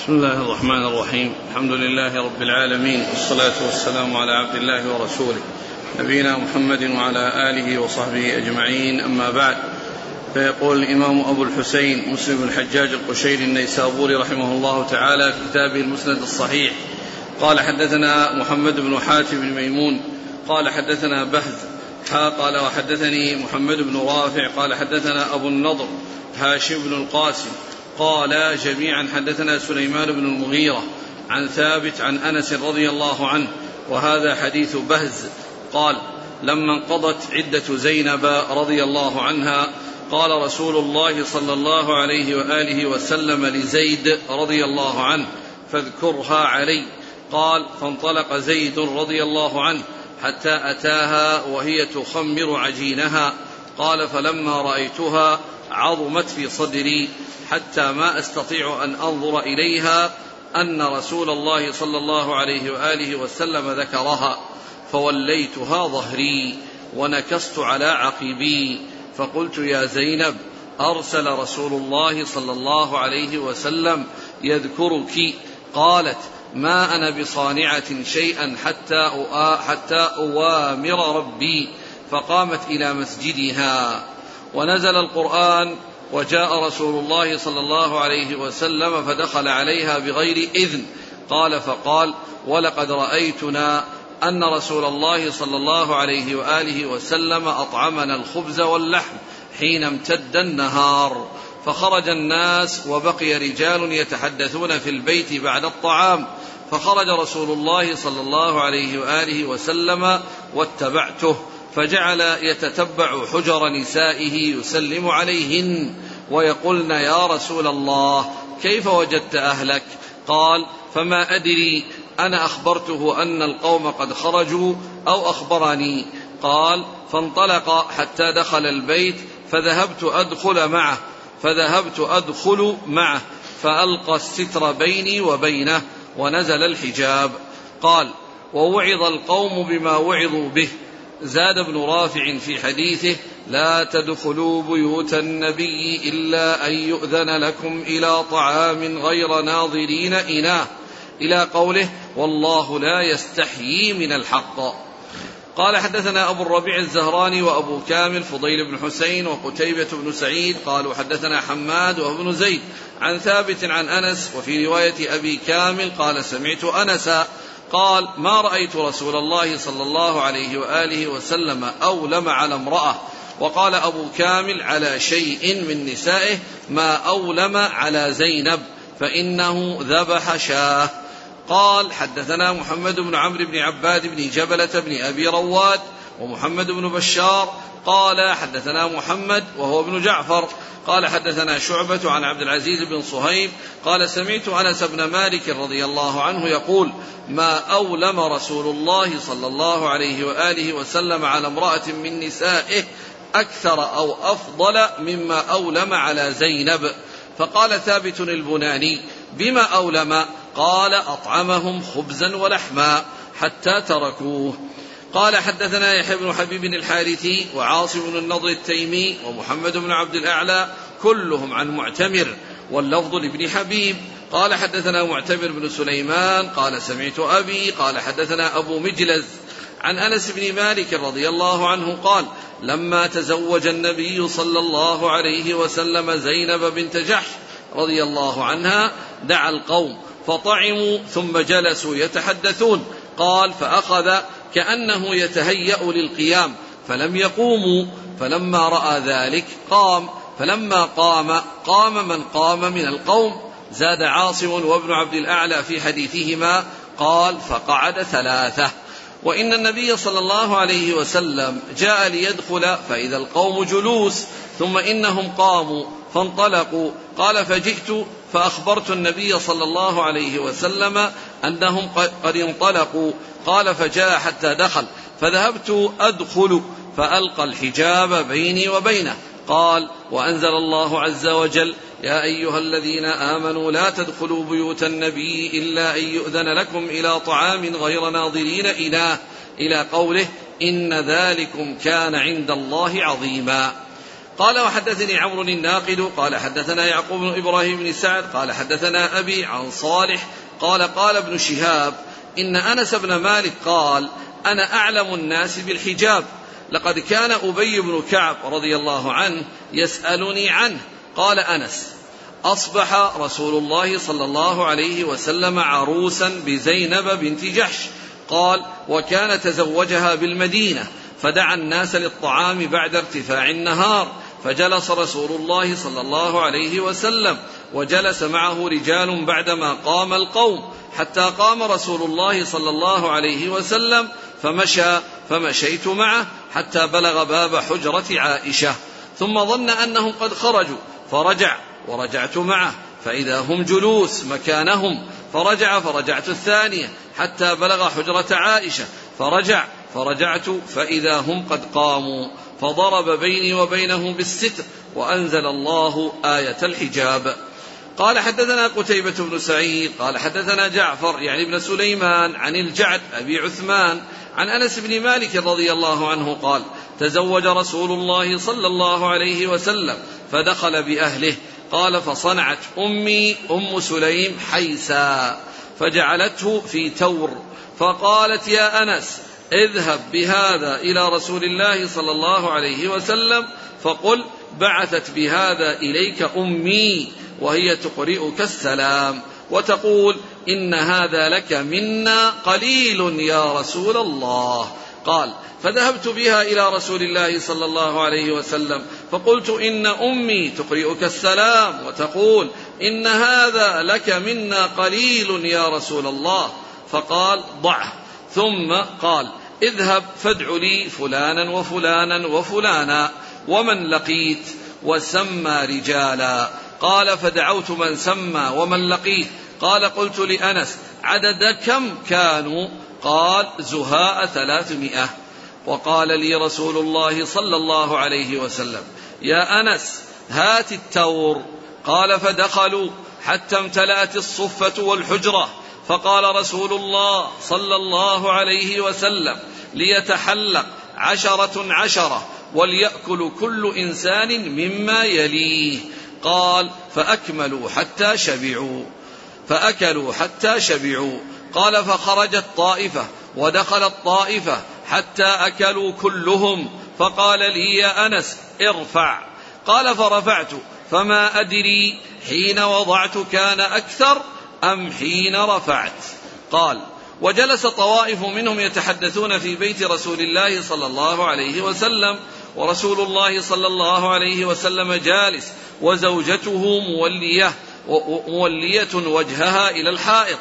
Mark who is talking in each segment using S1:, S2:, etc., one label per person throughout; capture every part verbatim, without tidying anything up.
S1: بسم الله الرحمن الرحيم. الحمد لله رب العالمين، والصلاة والسلام على عبد الله ورسوله نبينا محمد وعلى آله وصحبه أجمعين، أما بعد. فيقول الإمام أبو الحسين مسلم بن الحجاج القشيري النيسابوري رحمه الله تعالى في كتابه المسند الصحيح قال: حدثنا محمد بن حاتم بن ميمون قال حدثنا بهز قال وحدثني محمد بن رافع قال حدثنا أبو النضر هاشم بن القاسم قال جميعا حدثنا سليمان بن المغيرة عن ثابت عن أنس رضي الله عنه، وهذا حديث بهز. قال: لما انقضت عدة زينب رضي الله عنها قال رسول الله صلى الله عليه وآله وسلم لزيد رضي الله عنه: فاذكرها علي. قال: فانطلق زيد رضي الله عنه حتى أتاها وهي تخمر عجينها. قال: فلما رأيتها عظمت في صدري حتى ما أستطيع أن أنظر إليها أن رسول الله صلى الله عليه وآله وسلم ذكرها، فوليتها ظهري ونكست على عقبي، فقلت: يا زينب، أرسل رسول الله صلى الله عليه وسلم يذكرك. قالت: ما أنا بصانعة شيئا حتى حتى أوامر ربي. فقامت إلى مسجدها ونزل القرآن: وجاء رسول الله صلى الله عليه وسلم فدخل عليها بغير إذن. قال فقال: ولقد رأيتنا أن رسول الله صلى الله عليه وآله وسلم أطعمنا الخبز واللحم حين امتد النهار. فخرج الناس وبقي رجال يتحدثون في البيت بعد الطعام، فخرج رسول الله صلى الله عليه وآله وسلم واتبعته، فجعل يتتبع حجر نسائه يسلم عليهن ويقولن: يا رسول الله، كيف وجدت أهلك؟ قال: فما أدري، أنا أخبرته أن القوم قد خرجوا أو أخبرني. قال: فانطلق حتى دخل البيت فذهبت أدخل معه فذهبت أدخل معه فألقى الستر بيني وبينه ونزل الحجاب. قال: ووعظ القوم بما وعظوا به. زاد ابن رافع في حديثه: لا تدخلوا بيوت النبي إلا أن يؤذن لكم إلى طعام غير ناظرين إناه، إلى قوله: والله لا يستحيي من الحق. قال: حدثنا أبو الربيع الزهراني وأبو كامل فضيل بن حسين وقتيبة بن سعيد قالوا حدثنا حماد وابن زيد عن ثابت عن أنس. وفي رواية أبي كامل قال: سمعت أنسا قال: ما رأيت رسول الله صلى الله عليه وآله وسلم أولم على امرأة. وقال أبو كامل: على شيء من نسائه ما أولم على زينب، فإنه ذبح شاه. قال: حدثنا محمد بن عمرو بن عباد بن جبلة بن أبي رواد ومحمد بن بشار قال: حدثنا محمد وهو ابن جعفر قال: حدثنا شعبة عن عبد العزيز بن صهيب قال: سمعت أنس بن مالك رضي الله عنه يقول: ما أولم رسول الله صلى الله عليه وآله وسلم على امرأة من نسائه أكثر أو أفضل مما أولم على زينب. فقال ثابت البناني: بما أولم؟ قال: أطعمهم خبزا ولحما حتى تركوه. قال: حدثنا يحيى بن حبيب الحارثي وعاصم بن النضر التيمي ومحمد بن عبد الأعلى كلهم عن معتمر، واللفظ لابن حبيب. قال: حدثنا معتمر بن سليمان قال: سمعت أبي قال: حدثنا أبو مجلز عن أنس بن مالك رضي الله عنه قال: لما تزوج النبي صلى الله عليه وسلم زينب بنت جحش رضي الله عنها دعا القوم فطعموا ثم جلسوا يتحدثون. قال: فأخذ كأنه يتهيأ للقيام فلم يقوموا، فلما رأى ذلك قام، فلما قام قام من قام من القوم. زاد عاصم وابن عبد الأعلى في حديثهما قال: فقعد ثلاثة. وإن النبي صلى الله عليه وسلم جاء ليدخل فإذا القوم جلوس، ثم إنهم قاموا فانطلقوا. قال: فجئت فأخبرت النبي صلى الله عليه وسلم أنهم قد انطلقوا. قال: فجاء حتى دخل فذهبت أدخل فألقى الحجاب بيني وبينه. قال: وأنزل الله عز وجل: يا أيها الذين آمنوا لا تدخلوا بيوت النبي إلا أن يؤذن لكم إلى طعام غير ناظرين إناه، إلى قوله: إن ذلكم كان عند الله عظيما. قال وحدثني عمرو الناقد قال حدثنا يعقوب بن إبراهيم بن سعد قال حدثنا أبي عن صالح قال قال ابن شهاب إن أنس بن مالك قال أنا أعلم الناس بالحجاب، لقد كان أبي بن كعب رضي الله عنه يسألني عنه. قال أنس أصبح رسول الله صلى الله عليه وسلم عروسا بزينب بنت جحش، قال وكان تزوجها بالمدينة، فدعا الناس للطعام بعد ارتفاع النهار، فجلس رسول الله صلى الله عليه وسلم وجلس معه رجال بعدما قام القوم، حتى قام رسول الله صلى الله عليه وسلم فمشى فمشيت معه حتى بلغ باب حجرة عائشة، ثم ظن أنهم قد خرجوا فرجع ورجعت معه فإذا هم جلوس مكانهم، فرجع فرجعت الثانية حتى بلغ حجرة عائشة، فرجع فرجعت فإذا هم قد قاموا، فضرب بيني وبينهم بالستر، وأنزل الله آية الحجاب. قال حدثنا قتيبة بن سعيد قال حدثنا جعفر يعني ابن سليمان عن الجعد أبي عثمان عن أنس بن مالك رضي الله عنه قال تزوج رسول الله صلى الله عليه وسلم فدخل بأهله، قال فصنعت أمي أم سليم حيسا فجعلته في تور، فقالت يا أنس اذهب بهذا إلى رسول الله صلى الله عليه وسلم فقل بعثت بهذا إليك أمي وهي تقرئك السلام وتقول إن هذا لك منا قليل يا رسول الله. قال فذهبت بها إلى رسول الله صلى الله عليه وسلم فقلت إن أمي تقرئك السلام وتقول إن هذا لك منا قليل يا رسول الله، فقال ضعه، ثم قال اذهب فادع لي فلانا وفلانا وفلانا ومن لقيت، وسمى رجالا. قال فدعوت من سمى ومن لقيت. قال قلت لأنس عدد كم كانوا؟ قال زهاء ثلاثمائة. وقال لي رسول الله صلى الله عليه وسلم يا أنس هات التور. قال فدخلوا حتى امتلأت الصفة والحجرة، فقال رسول الله صلى الله عليه وسلم ليتحلق عشرة عشرة وليأكل كل إنسان مما يليه. قال فأكملوا حتى شبعوا فأكلوا حتى شبعوا. قال فخرجت طائفة ودخلت طائفة حتى أكلوا كلهم، فقال لي يا أنس ارفع. قال فرفعت فما أدري حين وضعت كان أكثر أم حين رفعت. قال وجلس طوائف منهم يتحدثون في بيت رسول الله صلى الله عليه وسلم، ورسول الله صلى الله عليه وسلم جالس وزوجته مولية مولية وجهها إلى الحائط،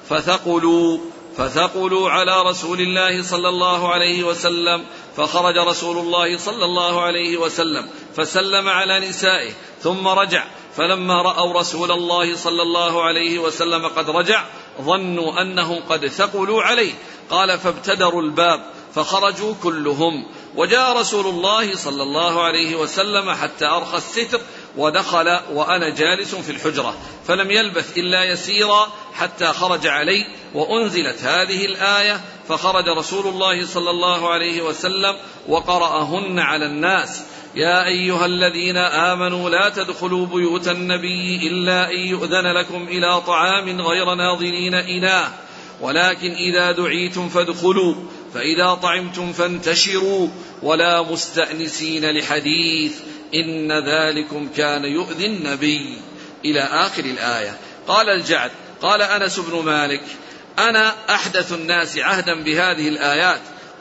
S1: فثقلوا فثقلوا على رسول الله صلى الله عليه وسلم، فخرج رسول الله صلى الله عليه وسلم فسلم على نسائه ثم رجع، فلما رأوا رسول الله صلى الله عليه وسلم قد رجع ظنوا أنهم قد ثقلوا عليه. قال فابتدروا الباب فخرجوا كلهم، وجاء رسول الله صلى الله عليه وسلم حتى أرخى الستر ودخل وأنا جالس في الحجرة، فلم يلبث إلا يسيرا حتى خرج علي وأنزلت هذه الآية، فخرج رسول الله صلى الله عليه وسلم وقرأهن على الناس: يا أيها الذين آمنوا لا تدخلوا بيوت النبي إلا أن يؤذن لكم إلى طعام غير ناظرين إناه، ولكن إذا دعيتم فادخلوا، فإذا طعمتم فانتشروا ولا مستأنسين لحديث، إن ذلكم كان يؤذي النبي، إلى آخر الآية. قال الجعد قال أنس بن مالك: أنا أحدث الناس عهدا بهذه الآيات،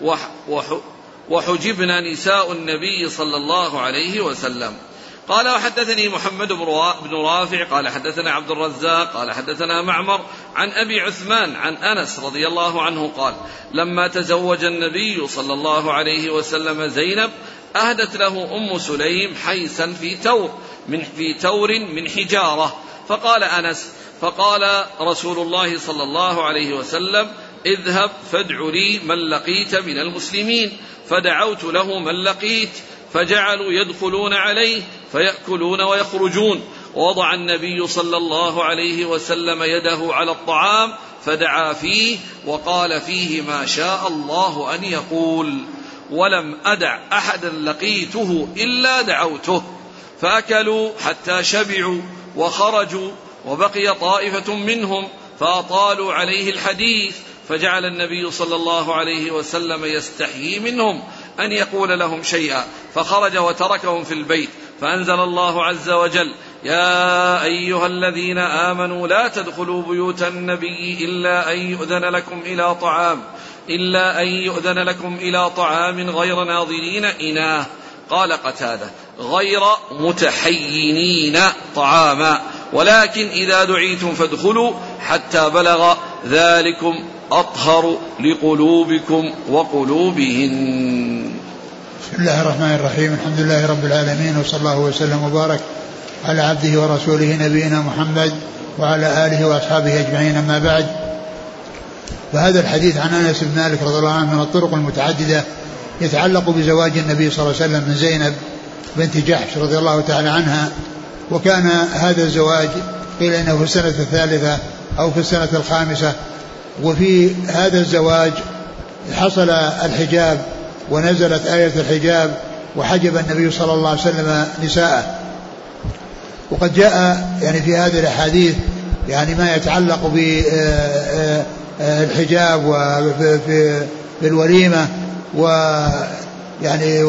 S1: وحجبنا نساء النبي صلى الله عليه وسلم. قال وحدثني محمد بن رافع قال حدثنا عبد الرزاق قال حدثنا معمر عن أبي عثمان عن أنس رضي الله عنه قال: لما تزوج النبي صلى الله عليه وسلم زينب أهدت له أم سليم حيسا في تور من, في تور من حجارة. فقال أنس: فقال رسول الله صلى الله عليه وسلم: اذهب فادع لي من لقيت من المسلمين. فدعوت له من لقيت، فجعلوا يدخلون عليه فيأكلون ويخرجون. ووضع النبي صلى الله عليه وسلم يده على الطعام فدعا فيه وقال فيه ما شاء الله أن يقول. ولم أدع أحدا لقيته إلا دعوته. فأكلوا حتى شبعوا وخرجوا، وبقي طائفة منهم فأطالوا عليه الحديث، فجعل النبي صلى الله عليه وسلم يستحيي منهم أن يقول لهم شيئا، فخرج وتركهم في البيت. فأنزل الله عز وجل: يا أيها الذين آمنوا لا تدخلوا بيوت النبي إلا أن يؤذن لكم إلى طعام إلا أن يؤذن لكم إلى طعام غير ناظرين إناه. قال قتادة: غير متحينين طعاما، ولكن إذا دعيتم فادخلوا حتى بلغ ذلكم أطهر لقلوبكم وقلوبهن.
S2: بسم الله الرحمن الرحيم. الحمد لله رب العالمين، وصلى الله وسلم وبارك على عبده ورسوله نبينا محمد وعلى آله وأصحابه أجمعين. أما بعد، فهذا الحديث عن أنس بن مالك رضي الله عنه من الطرق المتعددة يتعلق بزواج النبي صلى الله عليه وسلم من زينب بنت جحش رضي الله تعالى عنها. وكان هذا الزواج قيل إنه في السنة الثالثة أو في السنة الخامسة. وفي هذا الزواج حصل الحجاب ونزلت آية الحجاب وحجب النبي صلى الله عليه وسلم نساءه. وقد جاء يعني في هذه الأحاديث يعني ما يتعلق بالحجاب وفي الوليمة، ويعني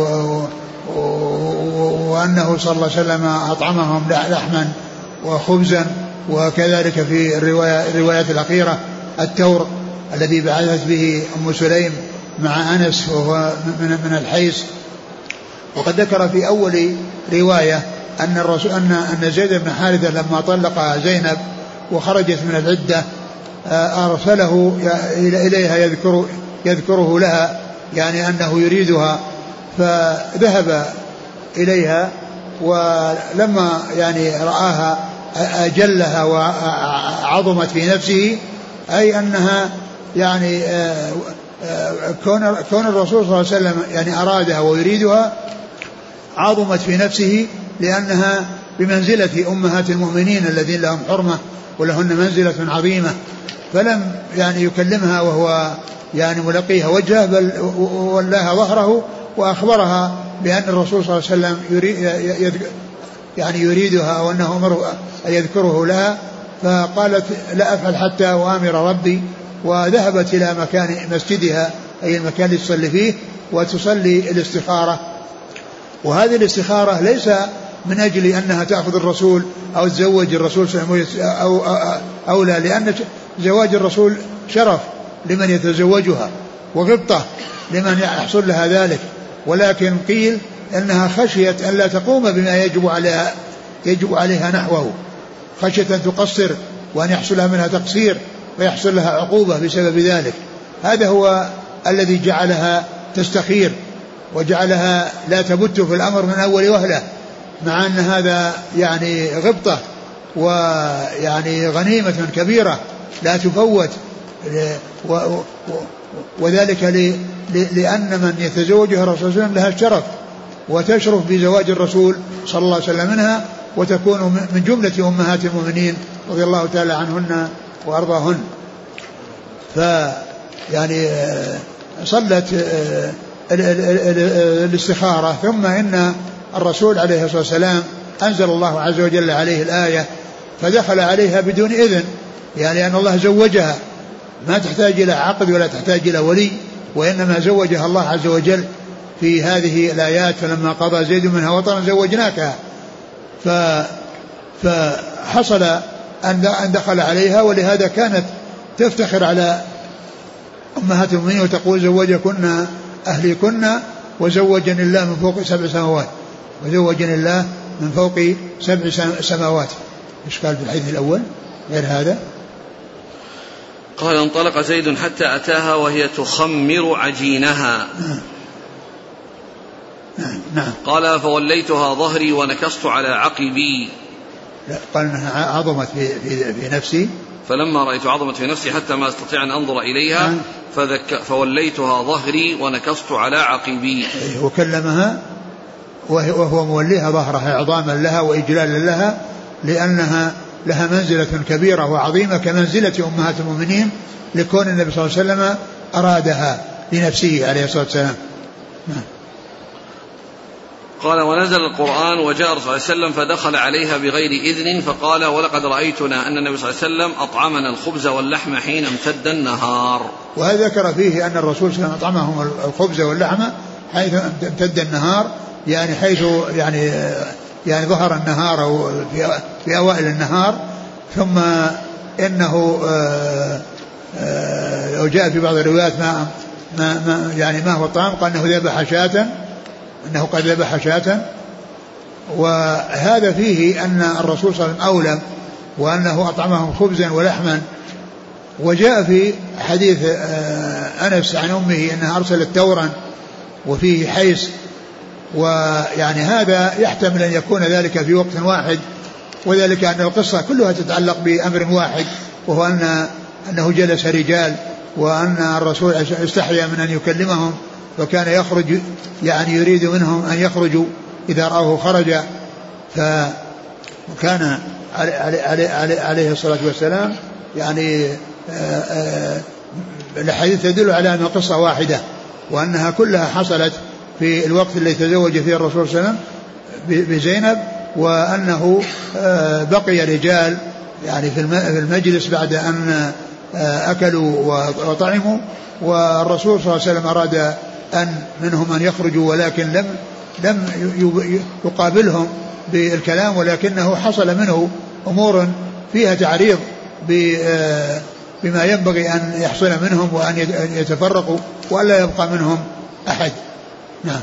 S2: وأنه صلى الله عليه وسلم أطعمهم لحما وخبزا، وكذلك في الرواية الروايات الأخيرة التور الذي بعثت به أم سليم مع أنس وهو من الحيص. وقد ذكر في أول رواية أن الرسول أن أن زيد بن حارثة لما طلق زينب وخرجت من العدة أرسله إليها يذكر يذكره لها، يعني أنه يريدها، فذهب إليها. ولما يعني رآها أجلها وعظمت في نفسه، أي أنها يعني كون كون الرسول صلى الله عليه وسلم يعني أرادها ويريدها عظمت في نفسه، لأنها بمنزلة أمهات المؤمنين الذين لهم حرمة ولهن منزلة عظيمة. فلم يعني يكلمها وهو يعني ملقيها وجهه، بل ولاها ظهره وأخبرها بأن الرسول صلى الله عليه وسلم يريد يعني يريدها وأنه أمره أن يذكره لها. فقالت: لا أفعل حتى أؤامر ربي. وذهبت إلى مكان مسجدها، أي المكان اللي تصلي فيه، وتصلي الاستخارة. وهذه الاستخارة ليس من أجل أنها تأخذ الرسول أو تزوج الرسول أو, أو لا، لأن زواج الرسول شرف لمن يتزوجها وغبطة لمن يحصل لها ذلك. ولكن قيل أنها خشيت أن لا تقوم بما يجب عليها يجب عليها نحوه، خشية أن تقصر وأن يحصل لها منها تقصير ويحصل لها عقوبة بسبب ذلك. هذا هو الذي جعلها تستخير وجعلها لا تبت في الأمر من أول وهلة، مع أن هذا يعني غبطة ويعني غنيمة كبيرة لا تفوت، وذلك لأن من يتزوجها الرسول صلى الله عليه وسلم لها الشرف وتشرف بزواج الرسول صلى الله عليه وسلم منها، وتكون من جملة أمهات المؤمنين رضي الله تعالى عنهن وأرضاهن. فيعني صلت الاستخارة، ثم إن الرسول عليه الصلاة والسلام أنزل الله عز وجل عليه الآية، فدخل عليها بدون إذن، يعني أن الله زوجها، ما تحتاج إلى عقد ولا تحتاج إلى ولي، وإنما زوجها الله عز وجل في هذه الآيات: فلما قضى زيد منها وطرا زوجناكها. فحصل أن دخل عليها، ولهذا كانت تفتخر على أمهات المؤمنين وتقول: زوجكن أهليكن وزوجني الله من فوق سبع سماوات وزوجني الله من فوق سبع سماوات. إيش قال في الحديث الأول غير هذا؟
S1: قال: انطلق زيد حتى أتاها وهي تخمر عجينها.
S2: نعم. نعم.
S1: قال: فوليتها ظهري ونكصت على عقبي.
S2: لا، قال أنها عظمت في, في, في نفسي،
S1: فلما رأيت عظمت في نفسي حتى ما استطيع أن أنظر إليها. نعم. فذك فوليتها ظهري ونكصت على عقبي.
S2: وكلمها وهو موليها ظهرها عظاما لها وإجلالا لها، لأنها لها منزلة كبيرة وعظيمة كمنزلة أمهات المؤمنين، لكون النبي صلى الله عليه وسلم أرادها لنفسه عليه الصلاة والسلام.
S1: قال ونزل القرآن وجاء الرسول صلى الله عليه وسلم فدخل عليها بغير إذن فقال ولقد رأيتنا أن النبي صلى الله عليه وسلم أطعمنا الخبز واللحم حين امتد النهار.
S2: وهذا ذكر فيه أن الرسول صلى الله عليه وسلم أطعمهم الخبز واللحم حيث امتد النهار، يعني حيث يعني يعني ظهر النهار أو في أوائل النهار، ثم إنه لو جاء في بعض الروايات ما ما ما يعني ما هو الطعام، قال أنه ذبح شاة، أنه قد ذبح شاة. وهذا فيه أن الرسول صلى الله عليه وسلم أولم وأنه أطعمهم خبزا ولحما. وجاء في حديث أنس عن أمه أنها أرسلت تورا وفيه حيس، ويعني هذا يحتمل أن يكون ذلك في وقت واحد، وذلك أن القصة كلها تتعلق بأمر واحد، وهو أن أنه جلس رجال وأن الرسول استحيا من أن يكلمهم، وكان يخرج يعني يريد منهم أن يخرجوا إذا رأوه خرج. فكان عليه الصلاة والسلام يعني الحديث تدل على أن القصة واحدة، وأنها كلها حصلت في الوقت الذي تزوج فيه الرسول صلى الله عليه وسلم بزينب، وأنه بقي رجال يعني في المجلس بعد أن أكلوا وطعموا، والرسول صلى الله عليه وسلم أراد أن منهم أن يخرجوا، ولكن لم لم يقابلهم بالكلام، ولكنه حصل منه أمور فيها تعريض بما ينبغي أن يحصل منهم وأن يتفرقوا وألا يبقى منهم أحد. نعم.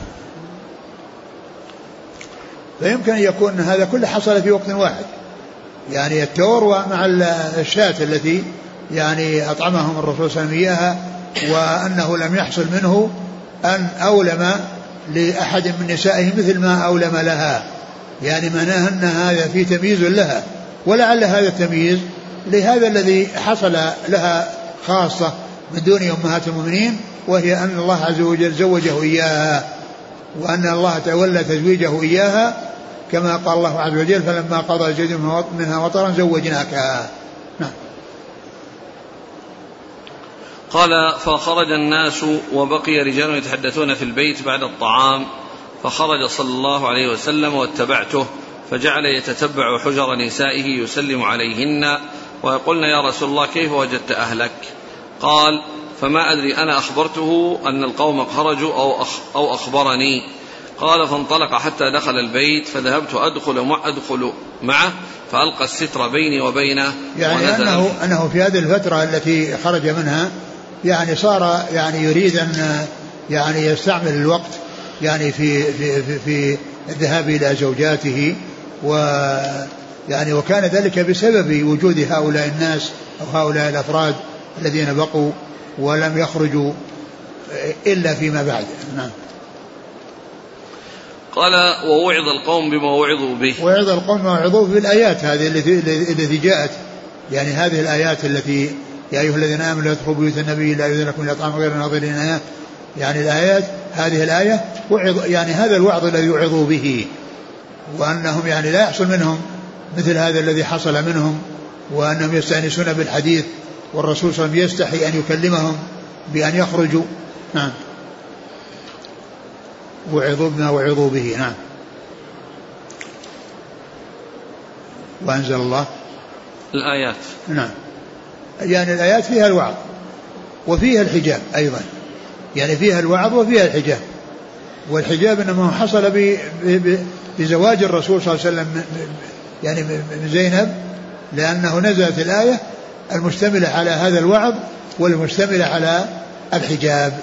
S2: فيمكن أن يكون هذا كله حصل في وقت واحد، يعني التور ومع الشاة التي يعني أطعمهم الرسول صلى الله عليه وسلم إياها، وأنه لم يحصل منه أن أولم لأحد من نسائه مثل ما أولم لها، يعني معناه أن هذا في تمييز لها، ولعل هذا التمييز لهذا الذي حصل لها خاصة من دون أمهات المؤمنين، وهي أن الله عز وجل زوجه إياها، وأن الله تولى تزويجه إياها، كما قال الله عز وجل فلما قضى زيد منها وطرا زوجناكها. نعم.
S1: قال فخرج الناس وبقي رجال يتحدثون في البيت بعد الطعام، فخرج صلى الله عليه وسلم واتبعته، فجعل يتتبع حجر نسائه يسلم عليهن ويقولن يا رسول الله كيف وجدت أهلك؟ قال فما أدري أنا أخبرته أن القوم خرجوا أو, أخ أو أخبرني. قال فانطلق حتى دخل البيت، فذهبت أدخل, أدخل معه فألقى الستر بيني وبينه،
S2: يعني أنه, أنه في هذه الفترة التي خرج منها يعني صار يعني يريد أن يعني يستعمل الوقت يعني في, في, في, في الذهاب إلى زوجاته، ويعني وكان ذلك بسبب وجود هؤلاء الناس أو هؤلاء الأفراد الذين بقوا ولم يخرجوا إلا فيما بعد. نعم.
S1: قال ووعظ القوم بما وعظوا به.
S2: ووعظ القوم بما وعظوا به بالآيات هذه التي التي جاءت، يعني هذه الآيات التي يا أيها الذين آمنوا لا تدخلوا بيوت النبي لا يؤذن لكم إلى طعام غير ناظرين إناه، يعني الآيات هذه الآية وعظ، يعني هذا الوعظ الذي يوعظوا به، وأنهم يعني لا يحصل منهم مثل هذا الذي حصل منهم، وأنهم يستأنسون بالحديث، والرسول صلى الله عليه وسلم يستحي أن يكلمهم بأن يخرجوا. نعم. وعظوا بما وعظوا به. نعم. وأنزل الله
S1: الآيات.
S2: نعم. يعني الآيات فيها الوعظ وفيها الحجاب أيضا، يعني فيها الوعظ وفيها الحجاب، والحجاب إنما حصل بزواج الرسول صلى الله عليه وسلم يعني من زينب، لأنه نزلت الآية المشتملة على هذا الوعظ والمشتملة على الحجاب.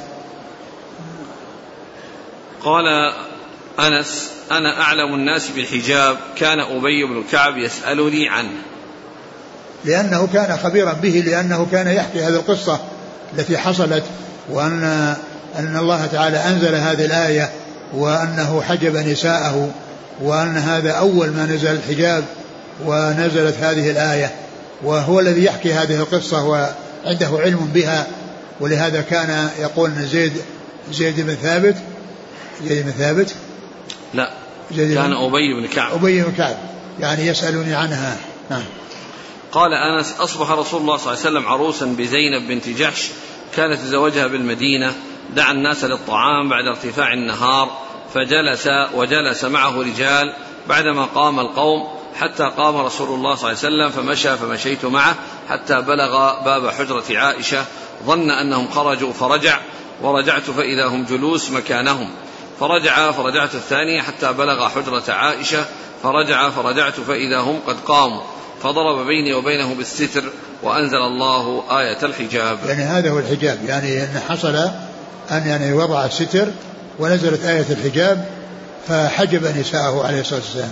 S1: قال أنس أنا أعلم الناس بالحجاب، كان أبي بن كعب يسألني عنه،
S2: لأنه كان خبيرا به، لأنه كان يحكي هذه القصة التي حصلت، وأن أن الله تعالى أنزل هذه الآية وأنه حجب نساءه، وأن هذا أول ما نزل الحجاب ونزلت هذه الآية، وهو الذي يحكي هذه القصة وعنده علم بها، ولهذا كان يقول زيد زيد بن ثابت زيد بن ثابت
S1: لا زيد كان أبي بن كعب
S2: أبي بن كعب يعني يسألني عنها. نعم.
S1: قال أنس أصبح رسول الله صلى الله عليه وسلم عروسا بزينب بنت جحش كانت تزوجها بالمدينة، دعا الناس للطعام بعد ارتفاع النهار، فجلس وجلس معه رجال بعدما قام القوم، حتى قام رسول الله صلى الله عليه وسلم فمشى فمشيت معه حتى بلغ باب حجرة عائشة، ظن أنهم خرجوا فرجع، ورجعت فإذا هم جلوس مكانهم، فرجع فرجعت الثانية حتى بلغ حجرة عائشة، فرجع فرجعت فإذا هم قد قاموا، فضرب بيني وبينه بالستر، وأنزل الله آية الحجاب.
S2: يعني هذا هو الحجاب، يعني أن حصل أن يعني وضع الستر ونزلت آية الحجاب فحجب نساءه عليه الصلاة والسلام.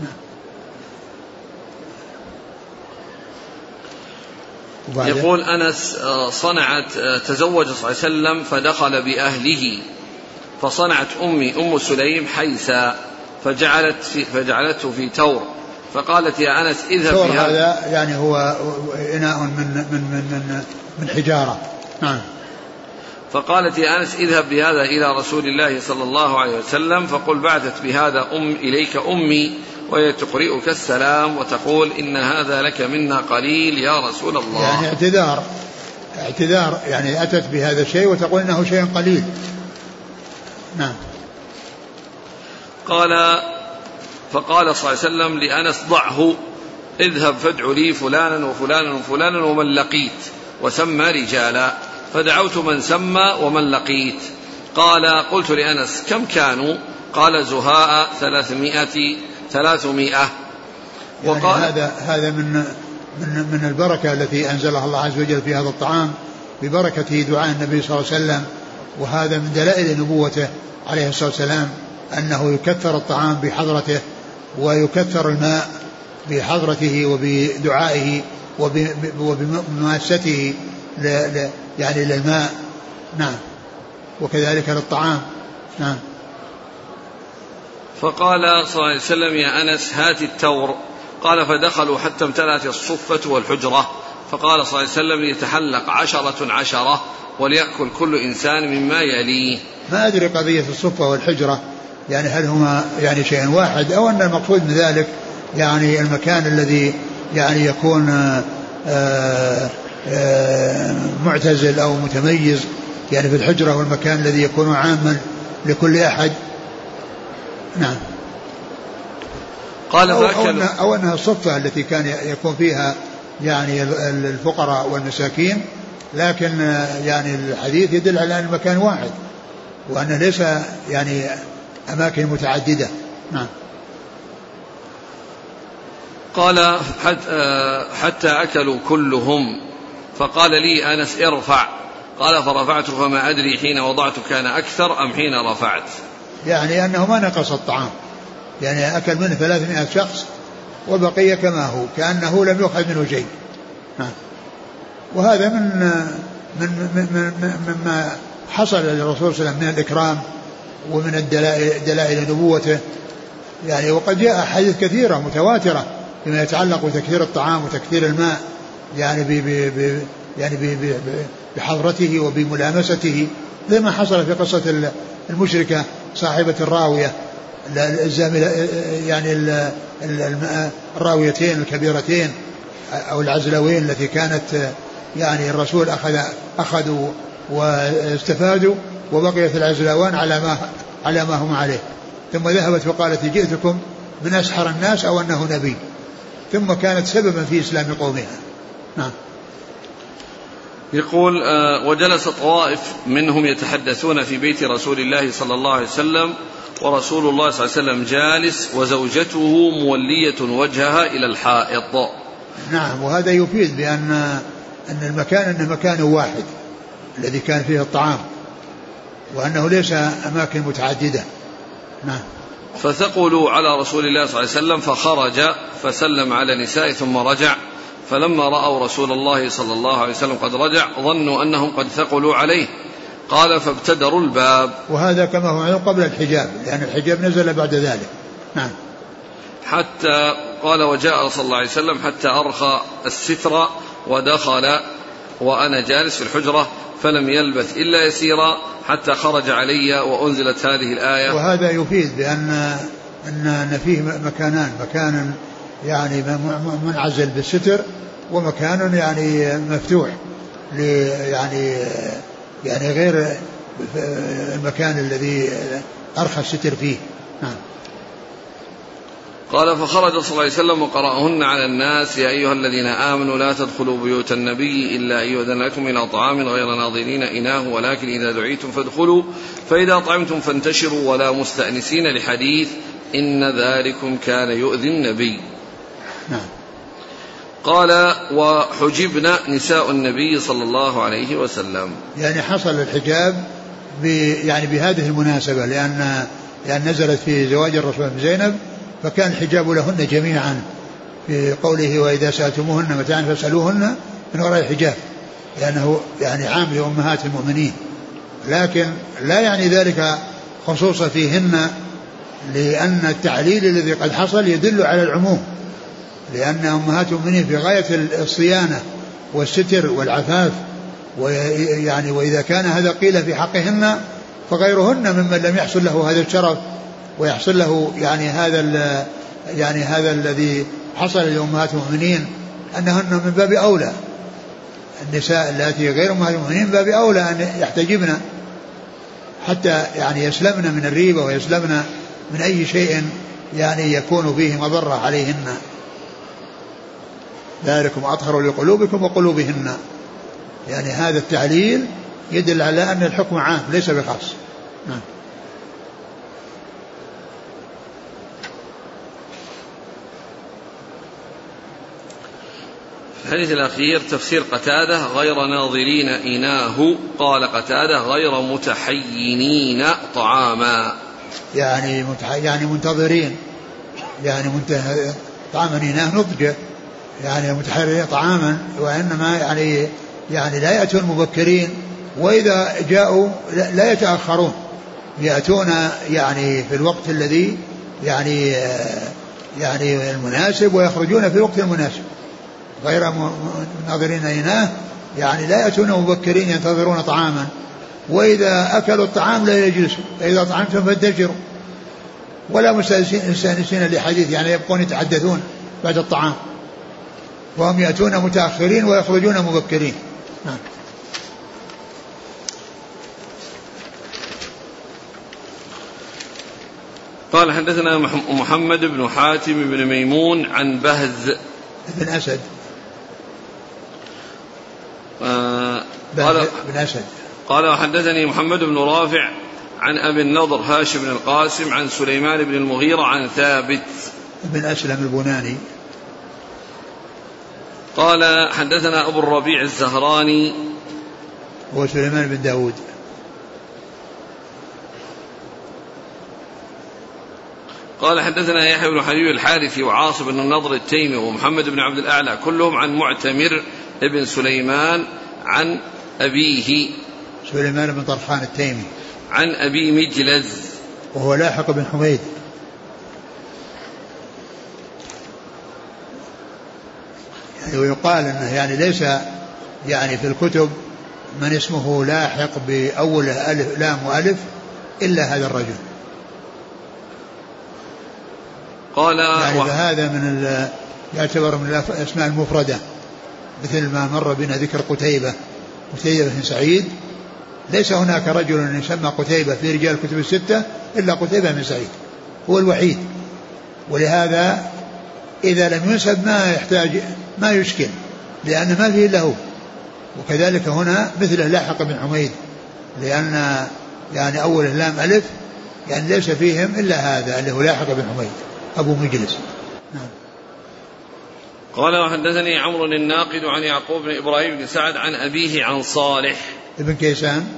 S1: يقول أنس صنعت تزوج صلى الله عليه وسلم فدخل بأهله، فصنعت أمي أم سليم حيسا فجعلت في فجعلته في تور، فقالت يا أنس اذهب
S2: تور
S1: بهذا.
S2: هذا يعني هو إناء من من من من, من حجارة. نعم.
S1: فقالت يا أنس اذهب بهذا إلى رسول الله صلى الله عليه وسلم فقل بعثت بهذا أم إليك أمي وهي تقرئك السلام وتقول إن هذا لك منا قليل يا رسول الله.
S2: يعني اعتذار اعتذار يعني أتت بهذا الشيء وتقول إنه شيء قليل. نعم.
S1: قال فقال صلى الله عليه وسلم لأنس ضعه، اذهب فادع لي فلانا وفلانا وفلانا ومن لقيت، وسمى رجالا، فدعوت من سمى ومن لقيت. قال قلت لأنس كم كانوا؟ قال زهاء ثلاثمائة ثلاثمائة.
S2: وقال يعني هذا هذا من من من البركة التي أنزلها الله عز وجل في هذا الطعام ببركة دعاء النبي صلى الله عليه وسلم، وهذا من دلائل نبوته عليه الصلاة والسلام أنه يكثر الطعام بحضرته ويكثر الماء بحضرته وبدعائه وبمماسته يعني للماء. نعم. وكذلك للطعام. نعم.
S1: فقال صلى الله عليه وسلم يا أنس هات التور. قال فدخلوا حتى امتلأت الصفة والحجرة، فقال صلى الله عليه وسلم يتحلق عشرة عشرة وليأكل كل إنسان مما يليه.
S2: ما أدري قضية الصفة والحجرة يعني هل هما يعني شيء واحد أو أن المقصود من ذلك يعني المكان الذي يعني يكون آآ آآ معتزل أو متميز يعني في الحجرة، والمكان الذي يكون عاما لكل أحد. نعم.
S1: قال
S2: أو, أو, أن أو أنها الصفة التي كان يكون فيها يعني الفقراء والمساكين، لكن يعني الحديث يدل على أن المكان واحد وأنه ليس يعني أماكن متعددة. نعم.
S1: قال حتى أكلوا كلهم، فقال لي أنس ارفع. قال فرفعت فما أدري حين وضعت كان أكثر أم حين رفعت.
S2: يعني أنه ما نقص الطعام، يعني أكل منه ثلاثمائة شخص وبقي كما هو كأنه لم يأخذ منه شيء. وهذا من من من من مما حصل للرسول صلى الله عليه وسلم من الإكرام ومن الدلائل دلائل نبوته يعني. وقد جاء حديث كثيرة متواترة فيما يتعلق بتكثير الطعام وتكثير الماء يعني ب ب يعني ب بحضرته وبملامسته، زي ما حصل في قصة المشركة صاحبة الراوية الزاملة يعني الراويتين الكبيرتين أو العزلوين التي كانت يعني الرسول أخذ أخذوا واستفادوا وبقيت العزلوان على ما على ما هم عليه، ثم ذهبت وقالت جئتكم من أسحر الناس أو أنه نبي، ثم كانت سببا في إسلام قومها. نعم.
S1: يقول وجلس طوائف منهم يتحدثون في بيت رسول الله صلى الله عليه وسلم ورسول الله صلى الله عليه وسلم جالس وزوجته مولية وجهها إلى الحائط.
S2: نعم. وهذا يفيد بأن أن المكان أنه مكان واحد الذي كان فيه الطعام وأنه ليس أماكن متعددة. نعم.
S1: فثقلوا على رسول الله صلى الله عليه وسلم فخرج فسلم على نساء ثم رجع، فلما رأوا رسول الله صلى الله عليه وسلم قد رجع ظنوا أنهم قد ثقلوا عليه. قال فابتدروا الباب.
S2: وهذا كما هو معلوم قبل الحجاب لأن الحجاب نزل بعد ذلك. نعم.
S1: حتى قال وجاء صلى الله عليه وسلم حتى أرخى الستر ودخل وأنا جالس في الحجرة فلم يلبث إلا يسيرا حتى خرج علي وأنزلت هذه الآية.
S2: وهذا يفيد بأن أن فيه مكانان، مكان يعني منعزل بالستر ومكان يعني مفتوح يعني يعني غير المكان الذي أرخى الستر فيه. نعم.
S1: قال فخرج صلى الله عليه وسلم وقرأهن على الناس يا أيها الذين آمنوا لا تدخلوا بيوت النبي إلا أن يؤذن لكم إلى طعام غير ناظرين إناه ولكن إذا دعيتم فادخلوا فإذا طعمتم فانتشروا ولا مستأنسين لحديث إن ذلكم كان يؤذي النبي.
S2: نعم.
S1: قال وحجبنا نساء النبي صلى الله عليه وسلم.
S2: يعني حصل الحجاب يعني بهذه المناسبة لأن لأن نزلت في زواج الرسول بزينب فكان الحجاب لهن جميعا في قوله وإذا سألتموهن متاعا فاسألوهن من وراء الحجاب لأنه يعني عام لأمهات المؤمنين لكن لا يعني ذلك خصوصا فيهن لأن التعليل الذي قد حصل يدل على العموم لأن أمهات المؤمنين في غاية الصيانة والستر والعفاف ويعني وإذا كان هذا قيل في حقهن فغيرهن ممن لم يحصل له هذا الشرف ويحصل له يعني هذا يعني هذا الذي حصل لأمهات المؤمنين أنهن من باب أولى النساء التي غير أمهات المؤمنين من باب أولى أن يحتجبن حتى يعني يسلمن من الريبة ويسلمن من أي شيء يعني يكون فيه مضرة عليهن ذلكم أطهر لقلوبكم وقلوبهن يعني هذا التعليل يدل على أن الحكم عام ليس بخاص. نعم.
S1: الحديث الأخير تفسير قتادة غير ناظرين إناه قال قتادة غير متحينين طعاما
S2: يعني متح... يعني منتظرين يعني منته... طعاما إناه نضجه يعني متحينين طعاما وإنما يعني يعني لا يأتون مبكرين وإذا جاءوا لا يتأخرون يأتون يعني في الوقت الذي يعني يعني المناسب ويخرجون في الوقت المناسب غير ناظرين إناه يعني لا يأتون مبكرين ينتظرون طعاما وإذا أكلوا الطعام لا يجلسوا فإذا طعمتم فانتشروا ولا مستأنسين لحديث يعني يبقون يتحدثون بعد الطعام وهم يأتون متأخرين ويخرجون مبكرين. نعم.
S1: قال حدثنا محمد بن حاتم بن ميمون عن بهز
S2: بن أسد
S1: آه قال
S2: بن أسد
S1: قال وحدثني محمد بن رافع عن أبي النضر هاشم بن القاسم عن سليمان بن المغيرة عن ثابت
S2: بن أسلم البناني
S1: قال حدثنا أبو الربيع الزهراني
S2: هو سليمان بن داود
S1: قال حدثنا يحيى بن حبيب الحارثي وعاصم بن النضر التيمي ومحمد بن عبد الأعلى كلهم عن معتمر ابن سليمان عن أبيه
S2: سليمان بن طرخان التيمي
S1: عن أبي مجلز
S2: وهو لاحق بن حميد يعني ويقال أنه يعني ليس يعني في الكتب من اسمه لاحق بأول ألف لام وألف إلا هذا الرجل
S1: قال
S2: يعني فهذا من يعتبر من الأسماء المفردة مثل ما مر بنا ذكر قتيبة قتيبة بن سعيد ليس هناك رجل يسمى قتيبة في رجال الكتب الستة إلا قتيبة بن سعيد هو الوحيد ولهذا إذا لم ينسب ما يحتاج ما يشكل لأن ما فيه له وكذلك هنا مثله لاحق بن حميد لأن يعني أول لام ألف يعني ليس فيهم إلا هذا اللي هو لاحق بن حميد أبو مجلس. نعم.
S1: قال وحدثني عمرو الناقد عن يعقوب بن إبراهيم بن سعد عن أبيه عن صالح
S2: ابن كيسان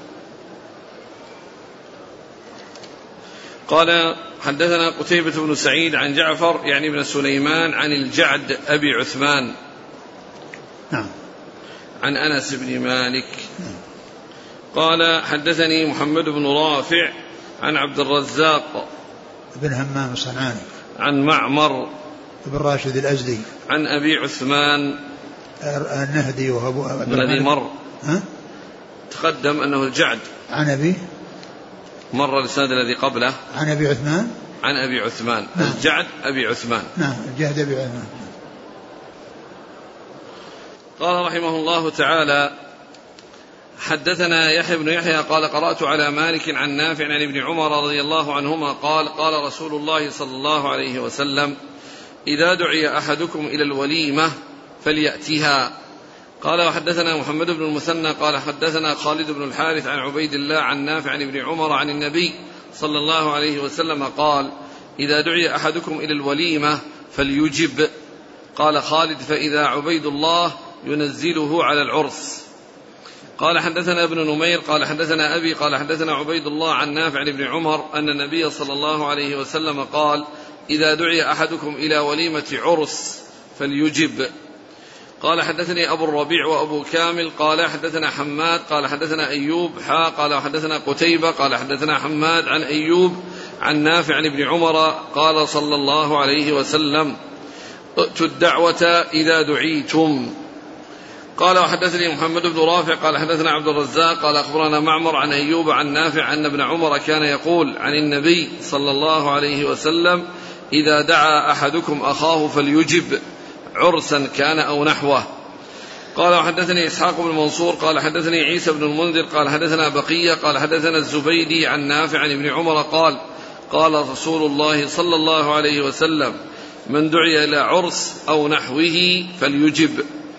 S1: قال حدثنا قتيبة بن سعيد عن جعفر يعني بن سليمان عن الجعد أبي عثمان
S2: نعم
S1: عن أنس بن مالك قال حدثني محمد بن رافع عن عبد الرزاق
S2: بن همام الصنعاني
S1: عن معمر
S2: بن راشد الأزدي
S1: عن أبي عثمان
S2: النهدي وأبو
S1: الذي مر
S2: ها؟
S1: تقدم أنه الجعد
S2: عن أبي
S1: مر الإسناد الذي قبله
S2: عن أبي عثمان
S1: عن أبي عثمان
S2: نعم.
S1: الجعد أبي عثمان
S2: نعم الجعد أبي عثمان.
S1: قال رحمه الله تعالى حدثنا يحيى بن يحيى قال قرأت على مالك عن نافع عن ابن عمر رضي الله عنهما قال قال رسول الله صلى الله عليه وسلم إذا دعي أحدكم إلى الوليمة فليأتها. قال وحدثنا محمد بن المثنى قال حدثنا خالد بن الحارث عن عبيد الله عن نافع عن ابن عمر عن النبي صلى الله عليه وسلم قال إذا دعي أحدكم إلى الوليمة فليجب. قال خالد فإذا عبيد الله ينزله على العرس. قال حدثنا ابن نمير قال حدثنا أبي قال حدثنا عبيد الله عن نافع عن ابن عمر أن النبي صلى الله عليه وسلم قال إذا دعي أحدكم إلى وليمة عرس فليجب. قال حدثني أبو الربيع وأبو كامل قال حدثنا حماد قال حدثنا أيوب حا قال حدثنا قتيبة قال حدثنا حماد عن أيوب عن نافع عن ابن عمر قال صلى الله عليه وسلم ائتوا الدعوة إذا دعيتم. قال وحدثني محمد بن رافع قال حدثنا عبد الرزاق قال أخبرنا معمر عن أيوب عن نافع أن ابن عمر كان يقول عن النبي صلى الله عليه وسلم إذا دعا أحدكم أخاه فليجب عرسا كان أو نحوه. قال وحدثني إسحاق بن منصور قال حدثني عيسى بن المنذر قال حدثنا بقية قال حدثنا الزبيدي عن نافع عن ابن عمر قال قال رسول الله صلى الله عليه وسلم من دعي إلى عرس أو نحوه فليجب.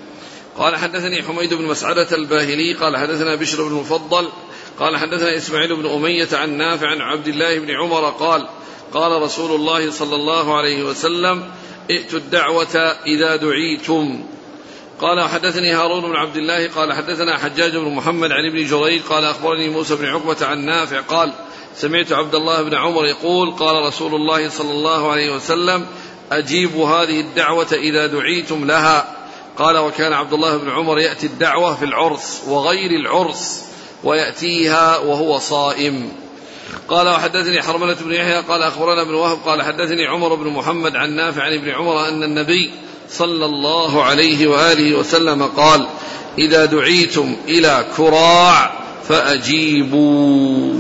S1: قال حدثني حميد بن مسعدة الباهلي قال حدثنا بشر بن المفضل قال حدثنا إسماعيل بن أمية عن نافع عن عبد الله بن عمر قال قال رسول الله صلى الله عليه وسلم ائتوا الدعوة إذا دعيتم. قال وحدثني هارون بن عبد الله قال حدثنا حجاج بن محمد عن ابن جريج قال أخبرني موسى بن عقبة عن نافع قال سمعت عبد الله بن عمر يقول قال رسول الله صلى الله عليه وسلم أجيبوا هذه الدعوة إذا دعيتم لها. قال وكان عبد الله بن عمر يأتي الدعوة في العرس وغير العرس ويأتيها وهو صائم. قال وحدثني حرملة بن يحيى قال أخبرنا ابن وهب قال حدثني عمر بن محمد عن نافع عن ابن عمر أن النبي صلى الله عليه وآله وسلم قال إذا دعيتم إلى كراع فأجيبوا.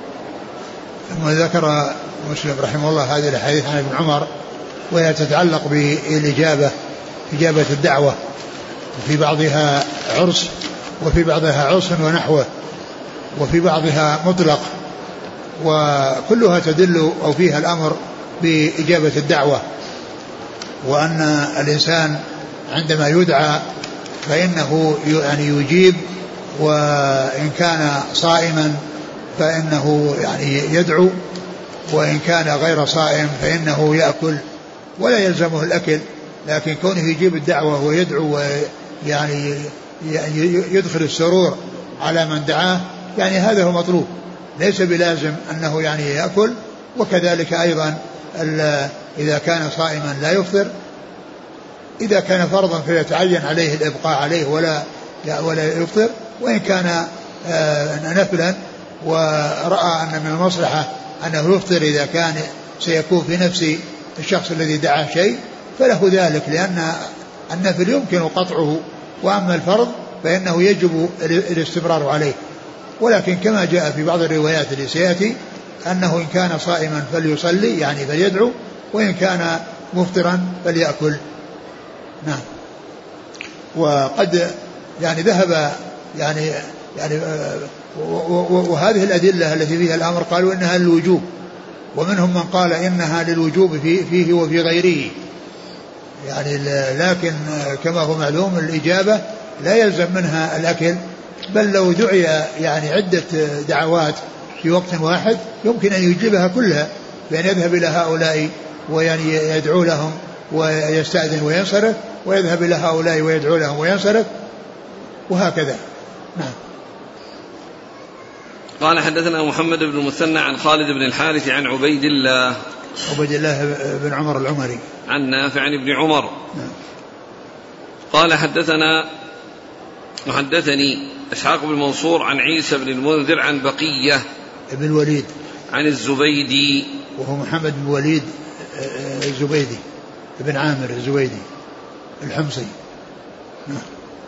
S2: ثم ذكر مسلم رحمه الله هذه الحديث عن ابن عمر وهي تتعلق بالإجابة إجابة الدعوة وفي بعضها عرس وفي بعضها عرس ونحوه وفي بعضها مطلق وكلها تدل أو فيها الأمر بإجابة الدعوة وأن الإنسان عندما يدعى فإنه يعني يجيب وإن كان صائما فإنه يعني يدعو وإن كان غير صائم فإنه يأكل ولا يلزمه الأكل لكن كونه يجيب الدعوة ويدعو ويعني يدخل السرور على من دعاه يعني هذا هو مطلوب ليس بلازم أنه يعني يأكل. وكذلك أيضا إذا كان صائما لا يفطر إذا كان فرضا فيتعين عليه الإبقاء عليه ولا ولا يفطر وإن كان نفلا ورأى أن من المصلحة أنه يفطر إذا كان سيكون في نفس الشخص الذي دعا شيء فله ذلك لأن النفل يمكن قطعه وأما الفرض فإنه يجب الاستمرار عليه. ولكن كما جاء في بعض الروايات اللي سيأتي أنه إن كان صائما فليصلي يعني فليدعو وإن كان مفطرا فليأكل. نعم. وقد يعني ذهب يعني يعني وهذه الأدلة التي فيها الأمر قالوا إنها للوجوب ومنهم من قال إنها للوجوب فيه وفي غيره يعني لكن كما هو معلوم الإجابة لا يلزم منها الأكل بل لو دعي يعني عدة دعوات في وقت واحد يمكن أن يجيبها كلها بأن يذهب إلى هؤلاء ويعني يدعو لهم ويستأذن وينصرف ويذهب إلى هؤلاء ويدعو لهم وينصرف وهكذا. نعم.
S1: قال حدثنا محمد بن المثنى عن خالد بن الحارث عن عبيد الله
S2: عبيد الله بن عمر العمري
S1: عن نافع عن ابن عمر.
S2: نعم.
S1: قال حدثنا وحدثني إسحاق بن منصور عن عيسى بن المنذر عن بقية
S2: ابن الوليد
S1: عن الزبيدي
S2: وهو محمد بن الوليد الزبيدي ابن عامر الزبيدي الحمصي. نعم.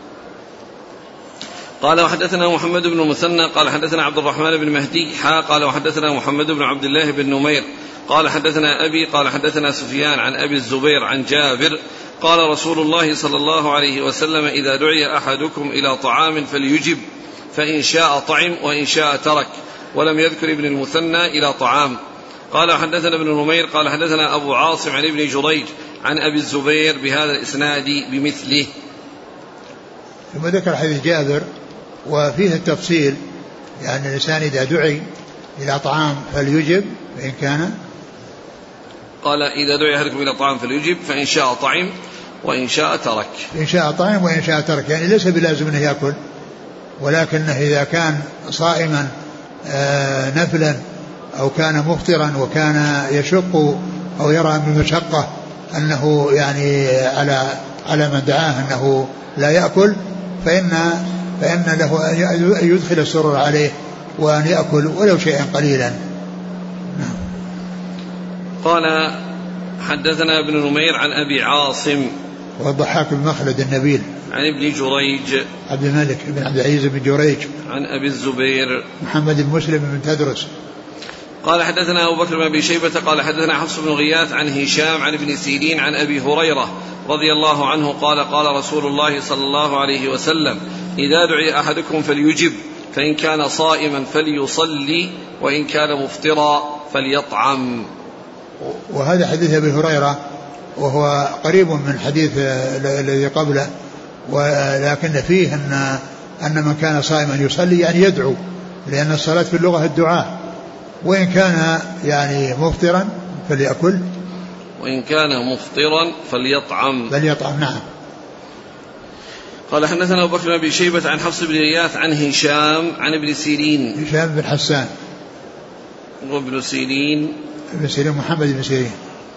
S1: قال وحدثنا محمد بن المثنى قال حدثنا عبد الرحمن بن مهدي حا قال وحدثنا محمد بن عبد الله بن نمير قال حدثنا أبي قال حدثنا سفيان عن أبي الزبير عن جابر قال رسول الله صلى الله عليه وسلم إذا دعي أحدكم إلى طعام فليجب فإن شاء طعم وإن شاء ترك. ولم يذكر ابن المثنى إلى طعام. قال حدثنا ابن نمير قال حدثنا أبو عاصم عن ابن جريج عن أبي الزبير بهذا الإسناد بمثله.
S2: ثم ذكر حديث جابر وفيه التفصيل، يعني الإنسان إذا دعي إلى طعام فليجب فإن كان،
S1: قال إذا دعي أحدكم إلى طعام فليجب فإن شاء طعم وإن شاء ترك.
S2: إن شاء طعم وإن شاء ترك، يعني ليس بلازم أنه يأكل، ولكنه إذا كان صائما نفلا أو كان مفطرا وكان يشق أو يرى من المشقة أنه يعني على على من دعاه أنه لا يأكل، فإن فإن له أن يدخل السرور عليه وأن يأكل ولو شيئا قليلا. نعم.
S1: قال حدثنا ابن نمير عن أبي عاصم
S2: والضحاك بن مخلد النبيل
S1: عن ابن جريج
S2: عبد الملك بن عبد العزيز بن جريج
S1: عن أبي الزبير
S2: محمد بن مسلم بن تدرس.
S1: قال حدثنا أبو بكر بن أبي شيبة قال حدثنا حفص بن غياث عن هشام عن ابن سيرين عن أبي هريرة رضي الله عنه قال قال رسول الله صلى الله عليه وسلم إذا دعي أحدكم فليجب فإن كان صائما فليصلي وإن كان مفطرا فليطعم.
S2: وهذا حديث أبي هريرة وهو قريب من حديث الذي قبله، ولكن فيه أن أن من كان صائما يصلي يعني يدعو، لأن الصلاة في اللغة الدعاء، وإن كان يعني مفطرا فليأكل
S1: وإن كان مفطرا فليطعم
S2: فليطعم. نعم.
S1: قال حدثنا أبو بكر بن أبي شيبة عن حفص بن غياث عن هشام عن ابن سيرين
S2: هشام بن حسان
S1: وابن سيرين
S2: ابن سيرين محمد بن سيرين.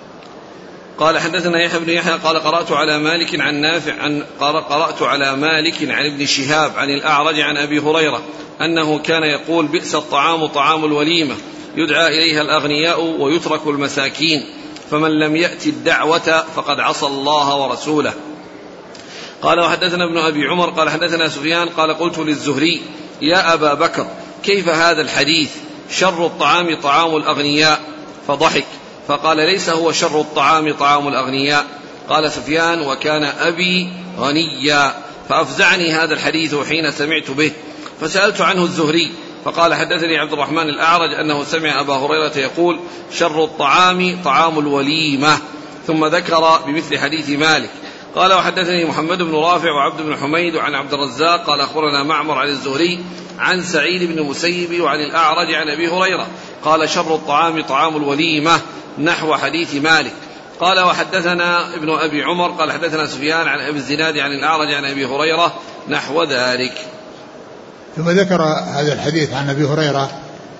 S1: قال حدثنا يحيى بن يحيى قال قرأت على مالك عن نافع عن قرأت على مالك عن ابن شهاب عن الأعرج عن أبي هريرة أنه كان يقول بئس الطعام طعام الوليمة يدعى إليها الأغنياء ويترك المساكين فمن لم يأتي الدعوة فقد عصى الله ورسوله. قال وحدثنا ابن أبي عمر قال حدثنا سفيان قال قلت للزهري يا أبا بكر كيف هذا الحديث شر الطعام طعام الأغنياء؟ فضحك فقال ليس هو شر الطعام طعام الأغنياء. قال سفيان وكان أبي غنيا فأفزعني هذا الحديث حين سمعت به فسألت عنه الزهري فقال حدثني عبد الرحمن الأعرج أنه سمع أبا هريرة يقول شر الطعام طعام الوليمة، ثم ذكر بمثل حديث مالك. قال وحدثني محمد بن رافع وعبد بن حميد وعن عبد الرزاق قال أخبرنا معمر عن الزهري عن سعيد بن المسيب وعن الأعرج عن أبي هريرة قال شر الطعام طعام الوليمة نحو حديث مالك. قال وحدثنا ابن أبي عمر قال حدثنا سفيان عن أبي الزناد عن الأعرج عن أبي هريرة نحو ذلك.
S2: ثم ذكر هذا الحديث عن أبي هريرة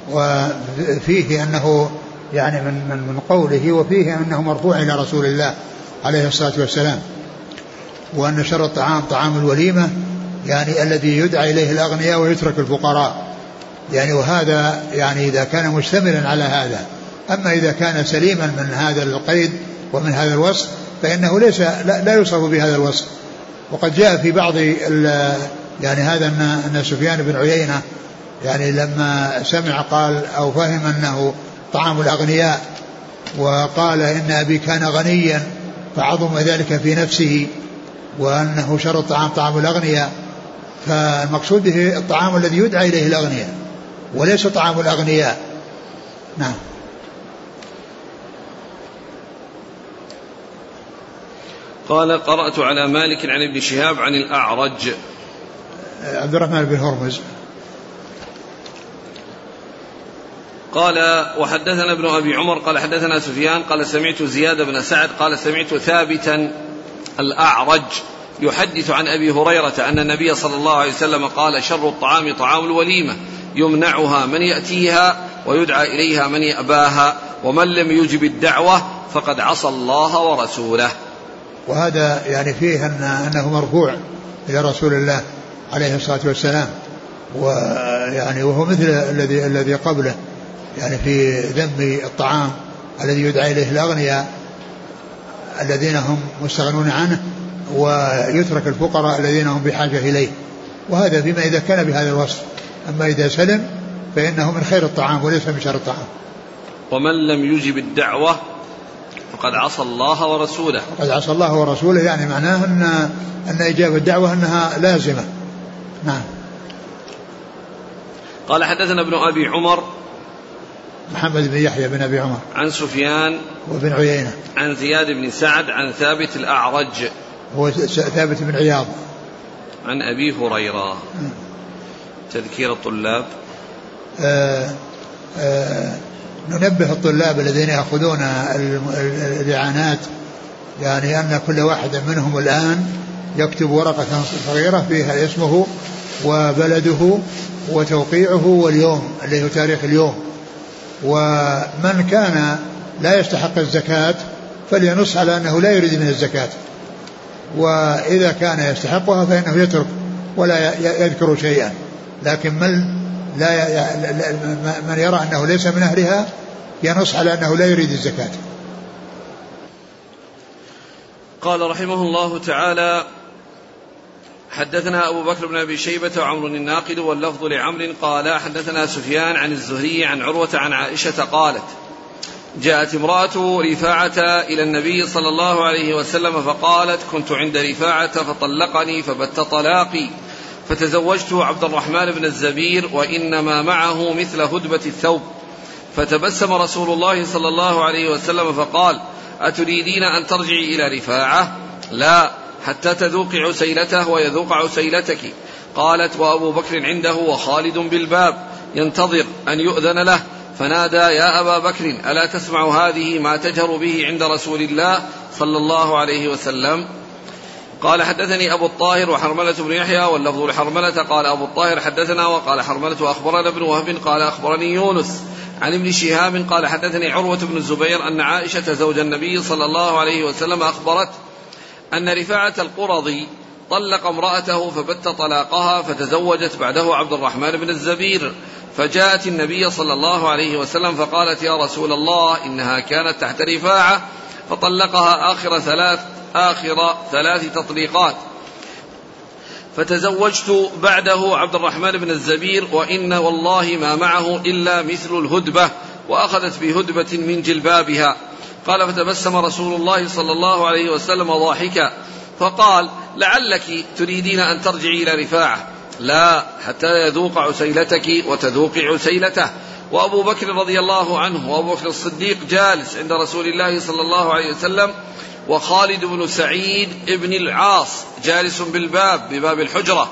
S2: وفيه أنه يعني من, من, من قوله وفيه أنه مرفوع إلى رسول الله عليه الصلاة والسلام، وأن شر الطعام طعام الوليمة يعني الذي يدعى إليه الأغنياء ويترك الفقراء، يعني وهذا يعني إذا كان مشتملا على هذا. أما إذا كان سليما من هذا القيد ومن هذا الوصف فإنه ليس لا, لا يوصف بهذا الوصف. وقد جاء في بعض يعني هذا أن, أن سفيان بن عيينة يعني لما سمع قال أو فهم أنه طعام الأغنياء وقال إن أبي كان غنيا فعظم ذلك في نفسه وأنه شر الطعام طعام الأغنياء، فالمقصود به الطعام الذي يدعى إليه الأغنياء وليس طعام الأغنياء. نعم.
S1: قال قرأت على مالك عن ابن شهاب عن الأعرج
S2: عبد الرحمن بن هرمز.
S1: قال وحدثنا ابن أبي عمر قال حدثنا سفيان قال سمعت زياد بن سعد قال سمعت ثابتا الأعرج يحدث عن أبي هريرة أن النبي صلى الله عليه وسلم قال شر الطعام طعام الوليمة يمنعها من يأتيها ويدعى إليها من يأباها ومن لم يجب الدعوة فقد عصى الله ورسوله.
S2: وهذا يعني فيه أن أنه مرفوع إلى رسول الله عليه الصلاة والسلام، ويعني وهو مثل الذي الذي قبله يعني في ذم الطعام الذي يدعى إليه الأغنياء الذين هم مستغنون عنه ويترك الفقراء الذين هم بحاجة إليه، وهذا فيما إذا كان بهذا الوصف. أما إذا سلم فإنه من خير الطعام وليس من شر الطعام.
S1: ومن لم يجب الدعوة فقد عصى الله ورسوله.
S2: فقد عصى الله ورسوله يعني معناه أن, أن إجابة الدعوة أنها لازمة. نعم.
S1: قال حدثنا ابن أبي عمر
S2: محمد بن يحيى بن أبي عمر
S1: عن سفيان
S2: وابن عيينة
S1: عن زياد بن سعد عن ثابت الأعرج
S2: هو ثابت بن عياض
S1: عن أبي هريرة. تذكير الطلاب.
S2: آآ آآ ننبه الطلاب الذين يأخذون الإعانات يعني أن كل واحد منهم الآن يكتب ورقة صغيرة فيها اسمه وبلده وتوقيعه واليوم اللي هو تاريخ اليوم، ومن كان لا يستحق الزكاة فلينص على أنه لا يريد من الزكاة، وإذا كان يستحقها فإنه يترك ولا يذكر شيئا، لكن من لا من يرى أنه ليس من أهلها ينص على أنه لا يريد الزكاة.
S1: قال رحمه الله تعالى حدثنا أبو بكر بن أبي شيبة وعمر الناقد واللفظ لعمر قال حدثنا سفيان عن الزهري عن عروة عن عائشة قالت جاءت امرأة رفاعة إلى النبي صلى الله عليه وسلم فقالت كنت عند رفاعة فطلقني فبت طلاقي فتزوجت عبد الرحمن بن الزبير وإنما معه مثل هدبة الثوب، فتبسم رسول الله صلى الله عليه وسلم فقال أتريدين أن ترجعي إلى رفاعة؟ لا حتى تذوقي عسيلته ويذوق عسيلتك. قالت وأبو بكر عنده وخالد بالباب ينتظر أن يؤذن له، فنادى يا أبا بكر ألا تسمع هذه ما تجهر به عند رسول الله صلى الله عليه وسلم؟ قال حدثني أبو الطاهر وحرملة بن يحيى واللفظ لحرملة قال أبو الطاهر حدثنا وقال حرملة أخبرنا ابن وهب قال أخبرني يونس عن ابن شهاب قال حدثني عروة بن الزبير أن عائشة زوج النبي صلى الله عليه وسلم أخبرت أن رفاعة القرظي طلق امرأته فبت طلاقها فتزوجت بعده عبد الرحمن بن الزبير، فجاءت النبي صلى الله عليه وسلم فقالت يا رسول الله إنها كانت تحت رفاعة فطلقها آخر ثلاث آخر ثلاث تطليقات، فتزوجت بعده عبد الرحمن بن الزبير وإن والله ما معه إلا مثل الهدبة، وأخذت بهدبة من جلبابها. قال فتبسم رسول الله صلى الله عليه وسلم ضاحكا فقال لعلك تريدين أن ترجعي إلى رفاعة؟ لا حتى يذوق عسيلتك وتذوق عسيلته. وأبو بكر رضي الله عنه وأبو بكر الصديق جالس عند رسول الله صلى الله عليه وسلم، وخالد بن سعيد ابن العاص جالس بالباب بباب الحجرة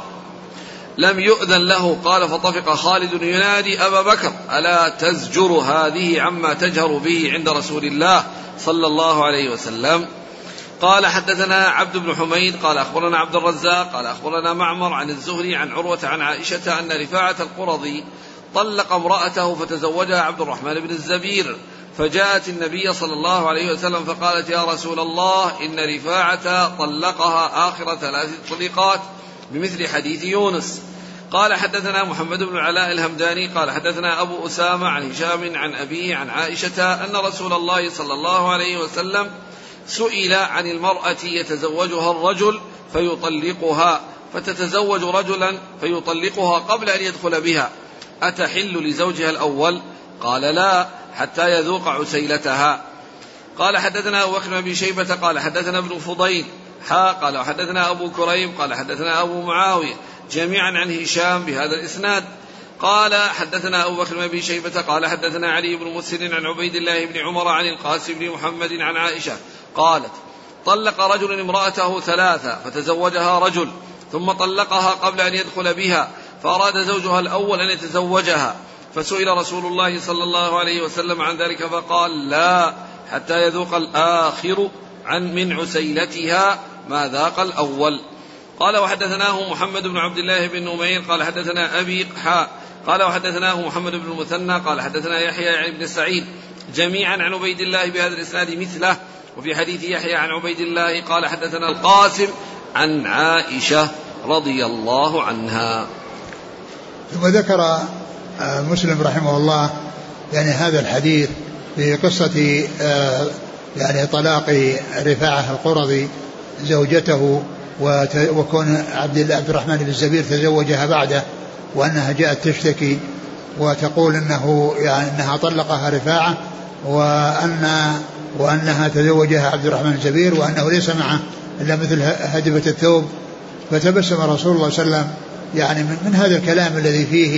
S1: لم يؤذن له. قال فطفق خالد ينادي أبا بكر ألا تزجر هذه عما تجهر به عند رسول الله صلى الله عليه وسلم؟ قال حدثنا عبد بن حميد قال أخبرنا عبد الرزاق قال أخبرنا معمر عن الزهري عن عروة عن عائشة أن رفاعة القرظي طلق امرأته فتزوجها عبد الرحمن بن الزبير، فجاءت النبي صلى الله عليه وسلم فقالت يا رسول الله إن رفاعة طلقها آخر ثلاث طلقات بمثل حديث يونس. قال حدثنا محمد بن العلاء الهمداني قال حدثنا أبو أسامة عن هشام عن أبيه عن عائشة أن رسول الله صلى الله عليه وسلم سئل عن المرأة يتزوجها الرجل فيطلقها فتتزوج رجلا فيطلقها قبل أن يدخل بها، أتحل لزوجها الأول؟ قال لا حتى يذوق عسيلتها. قال حدثنا أبو بكر بن شيبة قال حدثنا ابن فضيل حا قال حدثنا أبو كريم قال حدثنا أبو معاوية جميعا عن هشام بهذا الإسناد. قال حدثنا أبو بكر بن شيبة قال حدثنا علي بن مسهر عن عبيد الله بن عمر عن القاسم بن محمد عن عائشة قالت طلق رجل امرأته ثلاثة فتزوجها رجل ثم طلقها قبل أن يدخل بها، فأراد زوجها الأول أن يتزوجها، فسئل رسول الله صلى الله عليه وسلم عن ذلك فقال لا حتى يذوق الآخر عن من عسيلتها ما ذاق الأول. قال وحدثناه محمد بن عبد الله بن نمير قال حدثنا أبي حاء قال وحدثناه محمد بن المثنى قال حدثنا يحيى يعني بن سعيد جميعا عن عبيد الله بهذا الإسناد مثله. وفي حديث يحيى عن عبيد الله قال حدثنا القاسم عن عائشة رضي الله عنها.
S2: ثم ذكر مسلم رحمه الله يعني هذا الحديث في قصة يعني طلاق رفاعة القرظي زوجته وكون عبد عبد الرحمن بن الزبير تزوجها بعده، وأنها جاءت تشتكي وتقول أنه يعني أنها طلقها رفاعة وأن وأنها تزوجها عبد الرحمن بن الزبير وأنه ليس معه إلا مثل هدبة الثوب. فتبسم رسول الله صلى الله عليه وسلم يعني من, من هذا الكلام الذي فيه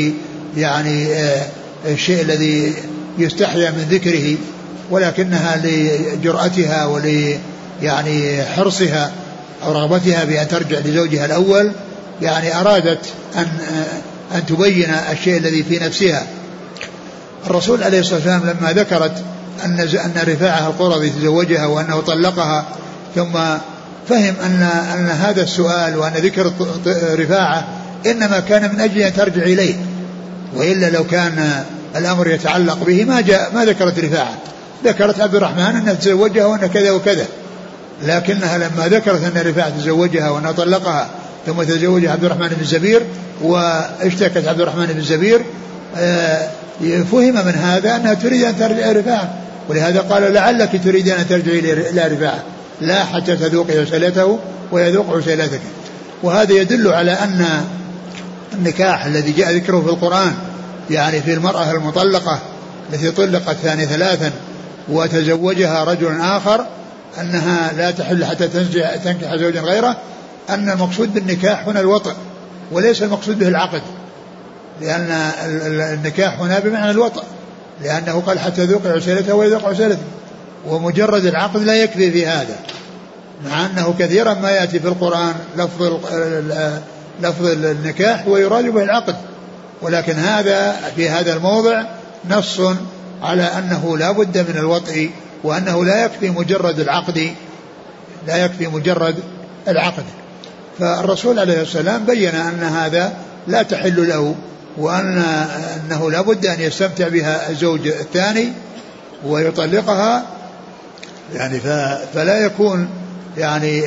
S2: يعني الشيء الذي يستحيا من ذكره، ولكنها لجرأتها ول يعني حرصها أو رغبتها بأن ترجع لزوجها الأول يعني أرادت أن أن تبين الشيء الذي في نفسها. الرسول عليه الصلاة والسلام لما ذكرت أن أن رفاعة القرظي تزوجها وأنه طلقها، ثم فهم أن أن هذا السؤال وأن ذكر رفاعة إنما كان من أجل أن ترجع إليه، وإلا لو كان الأمر يتعلق به ما جاء ما ذكرت رفاعة، ذكرت عبد الرحمن أنها تزوجها وأن كذا وكذا، لكنها لما ذكرت أن رفاعة تزوجها وأنها طلقها ثم تزوجها عبد الرحمن بن الزبير واشتكت عبد الرحمن بن الزبير فهم من هذا أنها تريد أن ترجع رفاعة، ولهذا قال لعلك تريد أن ترجعي إلى رفاعة لا حتى تذوقي عسيلته ويذوق عسيلتك. وهذا يدل على أن النكاح الذي جاء ذكره في القرآن يعني في المرأة المطلقة التي طلقت ثاني ثلاثا وتزوجها رجل آخر أنها لا تحل حتى تنكح زوجا غيره، أن المقصود بالنكاح هنا الوطء وليس المقصود به العقد، لأن النكاح هنا بمعنى الوطء، لأنه قال حتى ذوق عسيلته ويذوق عسيلته، ومجرد العقد لا يكفي في هذا، مع أنه كثيرا ما يأتي في القرآن لفظ لفظ النكاح ويراد به العقد، ولكن هذا في هذا الموضع نص على أنه لا بد من الوطء، وأنه لا يكفي مجرد العقد لا يكفي مجرد العقد. فالرسول عليه السلام بين أن هذا لا تحل له، وأن أنه لا بد أن يستمتع بها الزوج الثاني ويطلقها، يعني فلا يكون يعني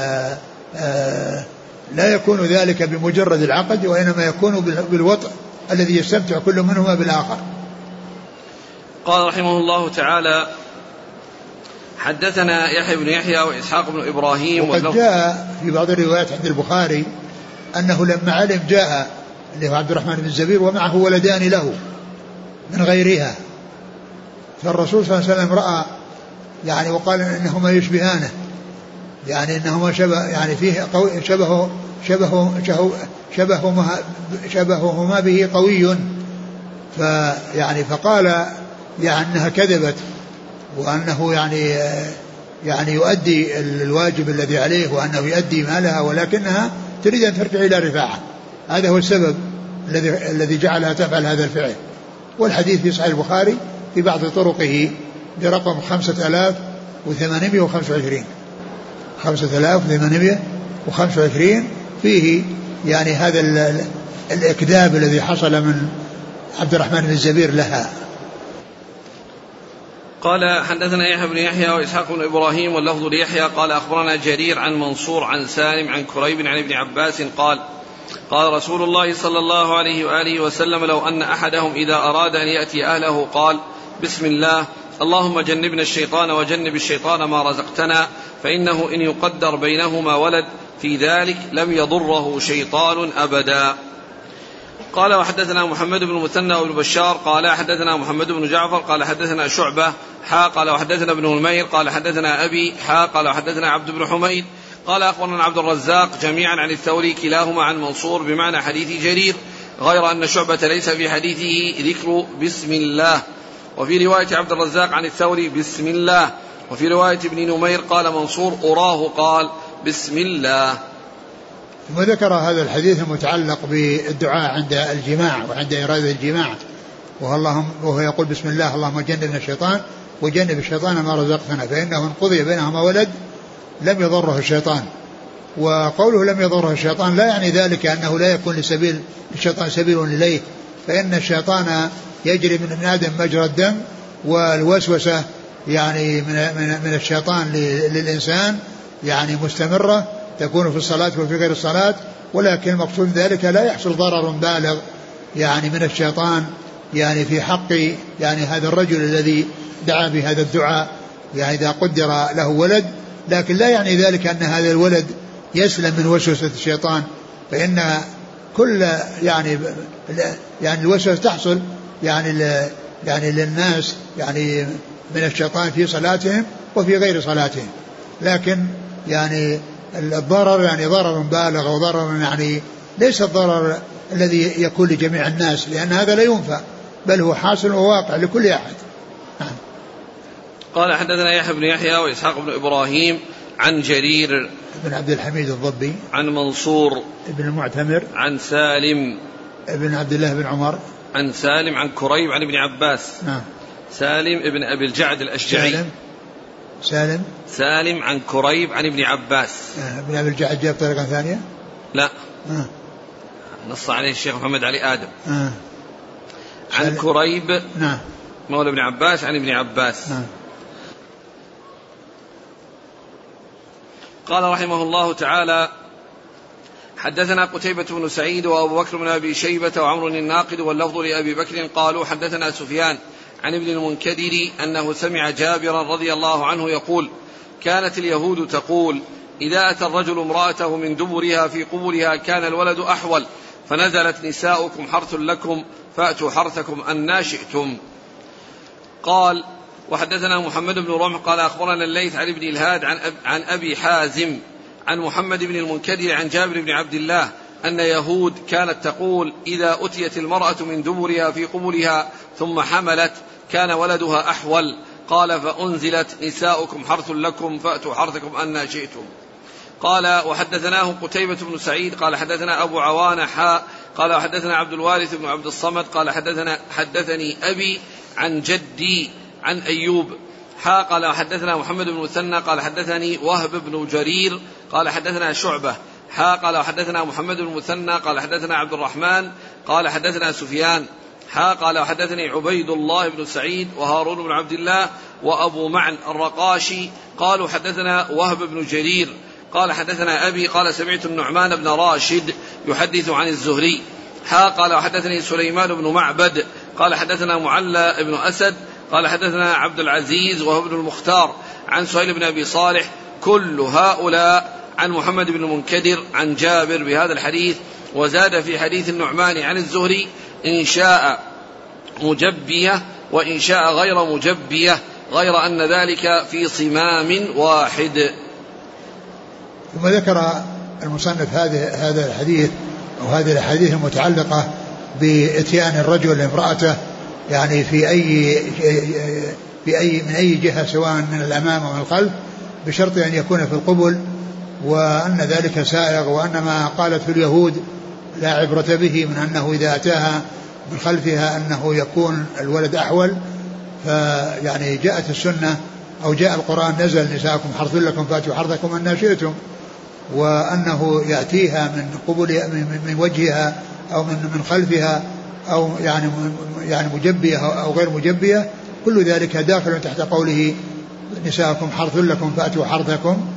S2: لا يكون ذلك بمجرد العقد، وإنما يكون بالوطء الذي يستمتع كل منهما بالآخر.
S1: قال رحمه الله تعالى: حدثنا يحيى بن يحيى وإسحاق بن إبراهيم.
S2: وقد جاء في بعض الروايات عند البخاري أنه لما علم جاء اللي هو عبد الرحمن بن الزبير ومعه ولدان له من غيرها، فالرسول صلى الله عليه وسلم رأى يعني وقال إنهما يشبهانه، يعني إنهما شبه يعني فيه شبه شبه شبههما شبههما به قوي، فيعني فقال يعني أنها كذبت، وأنه يعني يعني يؤدي الواجب الذي عليه، وأنه يؤدي مالها، ولكنها تريد أن ترجع إلى رفاعة. هذا هو السبب الذي الذي جعلها تفعل هذا الفعل. والحديث في صحيح البخاري في بعض طرقه برقم خمسة آلاف وثمانمائة وخمسة وعشرين خمسة آلاف وثمانمائة وخمسة وعشرين فيه يعني هذا الإكذاب الذي حصل من عبد الرحمن بن الزبير لها.
S1: قال: حدثنا يحيى بن يحيى وإسحاق بن إبراهيم واللفظ ليحيى قال: أخبرنا جرير عن منصور عن سالم عن كريب عن ابن عباس قال: قال رسول الله صلى الله عليه وآله وسلم: لو أن أحدهم إذا أراد أن يأتي أهله قال: بسم الله، اللهم جنبنا الشيطان وجنب الشيطان ما رزقتنا، فإنه إن يقدر بينهما ولد في ذلك لم يضره شيطان أبدا. قال: وحدثنا محمد بن المثنى وابن بشار قال: حدثنا محمد بن جعفر قال: حدثنا شعبة حا قال: وحدثنا ابن المير قال: حدثنا أبي حا قال: وحدثنا عبد بن حميد قال: أخبرنا عبد الرزاق جميعا عن الثوري كلاهما عن منصور بمعنى حديث جرير، غير أن شعبة ليس في حديثه ذكر بسم الله، وفي رواية عبد الرزاق عن الثوري بسم الله، وفي رواية ابن نمير قال منصور أراه قال بسم الله.
S2: ثم ذكر هذا الحديث المتعلق بالدعاء عند الجماع وعند إرادة الجماع، وهو يقول بسم الله اللهم جنبنا الشيطان وجنب الشيطان ما رزقتنا، فإنه إن قضي بينهما ولد لم يضره الشيطان. وقوله لم يضره الشيطان لا يعني ذلك أنه لا يكون لسبيل الشيطان سبيل إليه، فإن الشيطان يجري من ابن آدم مجرى الدم، والوسوسة يعني من من من الشيطان للإنسان يعني مستمرة، تكون في الصلاة وفي غير الصلاة، ولكن المقصود ذلك لا يحصل ضرر بالغ يعني من الشيطان يعني في حق يعني هذا الرجل الذي دعا بهذا الدعاء، يعني إذا قدر له ولد، لكن لا يعني ذلك أن هذا الولد يسلم من وسوسة الشيطان، فإن كل يعني يعني الوسوسة تحصل يعني يعني للناس يعني من الشيطان في صلاتهم وفي غير صلاتهم، لكن يعني الضرر يعني ضرر بالغ وضرر يعني ليس الضرر الذي يكون لجميع الناس، لأن هذا لا ينفى بل هو حاصل وواقع لكل أحد. نعم.
S1: قال حدثنا يحيى بن يحيى وإسحاق بن إبراهيم عن جرير
S2: بن عبد الحميد الضبي
S1: عن منصور
S2: بن المعتمر
S1: عن سالم
S2: بن عبد الله بن عمر
S1: عن سالم عن كريب عن ابن عباس.
S2: نعم.
S1: سالم ابن أبي الجعد الأشجعي.
S2: سالم سالم
S1: سالم عن كريب عن ابن عباس.
S2: آه. ابن أبي الجعد جاء بطريقة ثانية؟
S1: لا.
S2: آه.
S1: نص عليه الشيخ محمد علي آدم.
S2: آه.
S1: عن كريب
S2: نعم
S1: مولى ابن عباس عن ابن عباس.
S2: نعم.
S1: قال رحمه الله تعالى حدثنا قتيبة بن سعيد وأبو بكر بن أبي شيبة وعمر الناقد واللفظ لأبي بكر قالوا حدثنا سفيان عن ابن المنكدر أنه سمع جابرا رضي الله عنه يقول كانت اليهود تقول إذا أتى الرجل امرأته من دبرها في قبلها كان الولد أحول، فنزلت نساؤكم حرث لكم فأتوا حرثكم أنى شئتم. قال وحدثنا محمد بن رمح قال أخبرنا الليث عن ابن الهاد عن, أب عن أبي حازم عن محمد بن المنكدر عن جابر بن عبد الله أن يهود كانت تقول إذا أتيت المرأة من دبرها في قبلها ثم حملت كان ولدها أحول، قال فأنزلت نساؤكم حرث لكم فأتوا حرثكم أنى شئتم. قال وحدثناه قتيبة بن سعيد قال حدثنا أبو عوانة حاء قال وحدثنا عبد الوارث بن عبد الصمد قال حدثنا حدثني أبي عن جدي عن أيوب حاء قال حدثنا محمد بن مثنى قال حدثني وهب بن جرير قال حدثنا شعبة حاء قال حدثنا محمد بن مثنى قال حدثنا عبد الرحمن قال حدثنا سفيان حاء قال حدثني عبيد الله بن سعيد وهارون بن عبد الله وأبو معن الرقاشي قالوا حدثنا وهب بن جرير قال حدثنا أبي قال سمعت النعمان بن راشد يحدث عن الزهري حاء قال وحدثني سليمان بن معبد قال حدثنا معلى بن أسد قال حدثنا عبد العزيز وهو ابن المختار عن سهيل بن أبي صالح كل هؤلاء عن محمد بن المنكدر عن جابر بهذا الحديث، وزاد في حديث النعمان عن الزهري إن شاء مجبية وإن شاء غير مجبية غير أن ذلك في صمام واحد.
S2: ثم ذكر المصنف هذا هذا الحديث أو هذه الأحاديث المتعلقة بإتيان الرجل لامرأته يعني في أي في أي من أي جهة سواء من الأمام أو من الخلف بشرط أن يكون في القبل، وأن ذلك سائغ، وأن ما قالته اليهود لا عبرة به من أنه إذا أتاها من خلفها أنه يكون الولد أحول. فيعني جاءت السنة أو جاء القرآن نزل نساءكم حرث لكم فأتوا حرثكم أنى شئتم، وأنه يأتيها من قبل من وجهها أو من من خلفها أو يعني يعني مجبية أو غير مجبية، كل ذلك داخل تحت قوله نساءكم حرث لكم فأتوا حرثكم.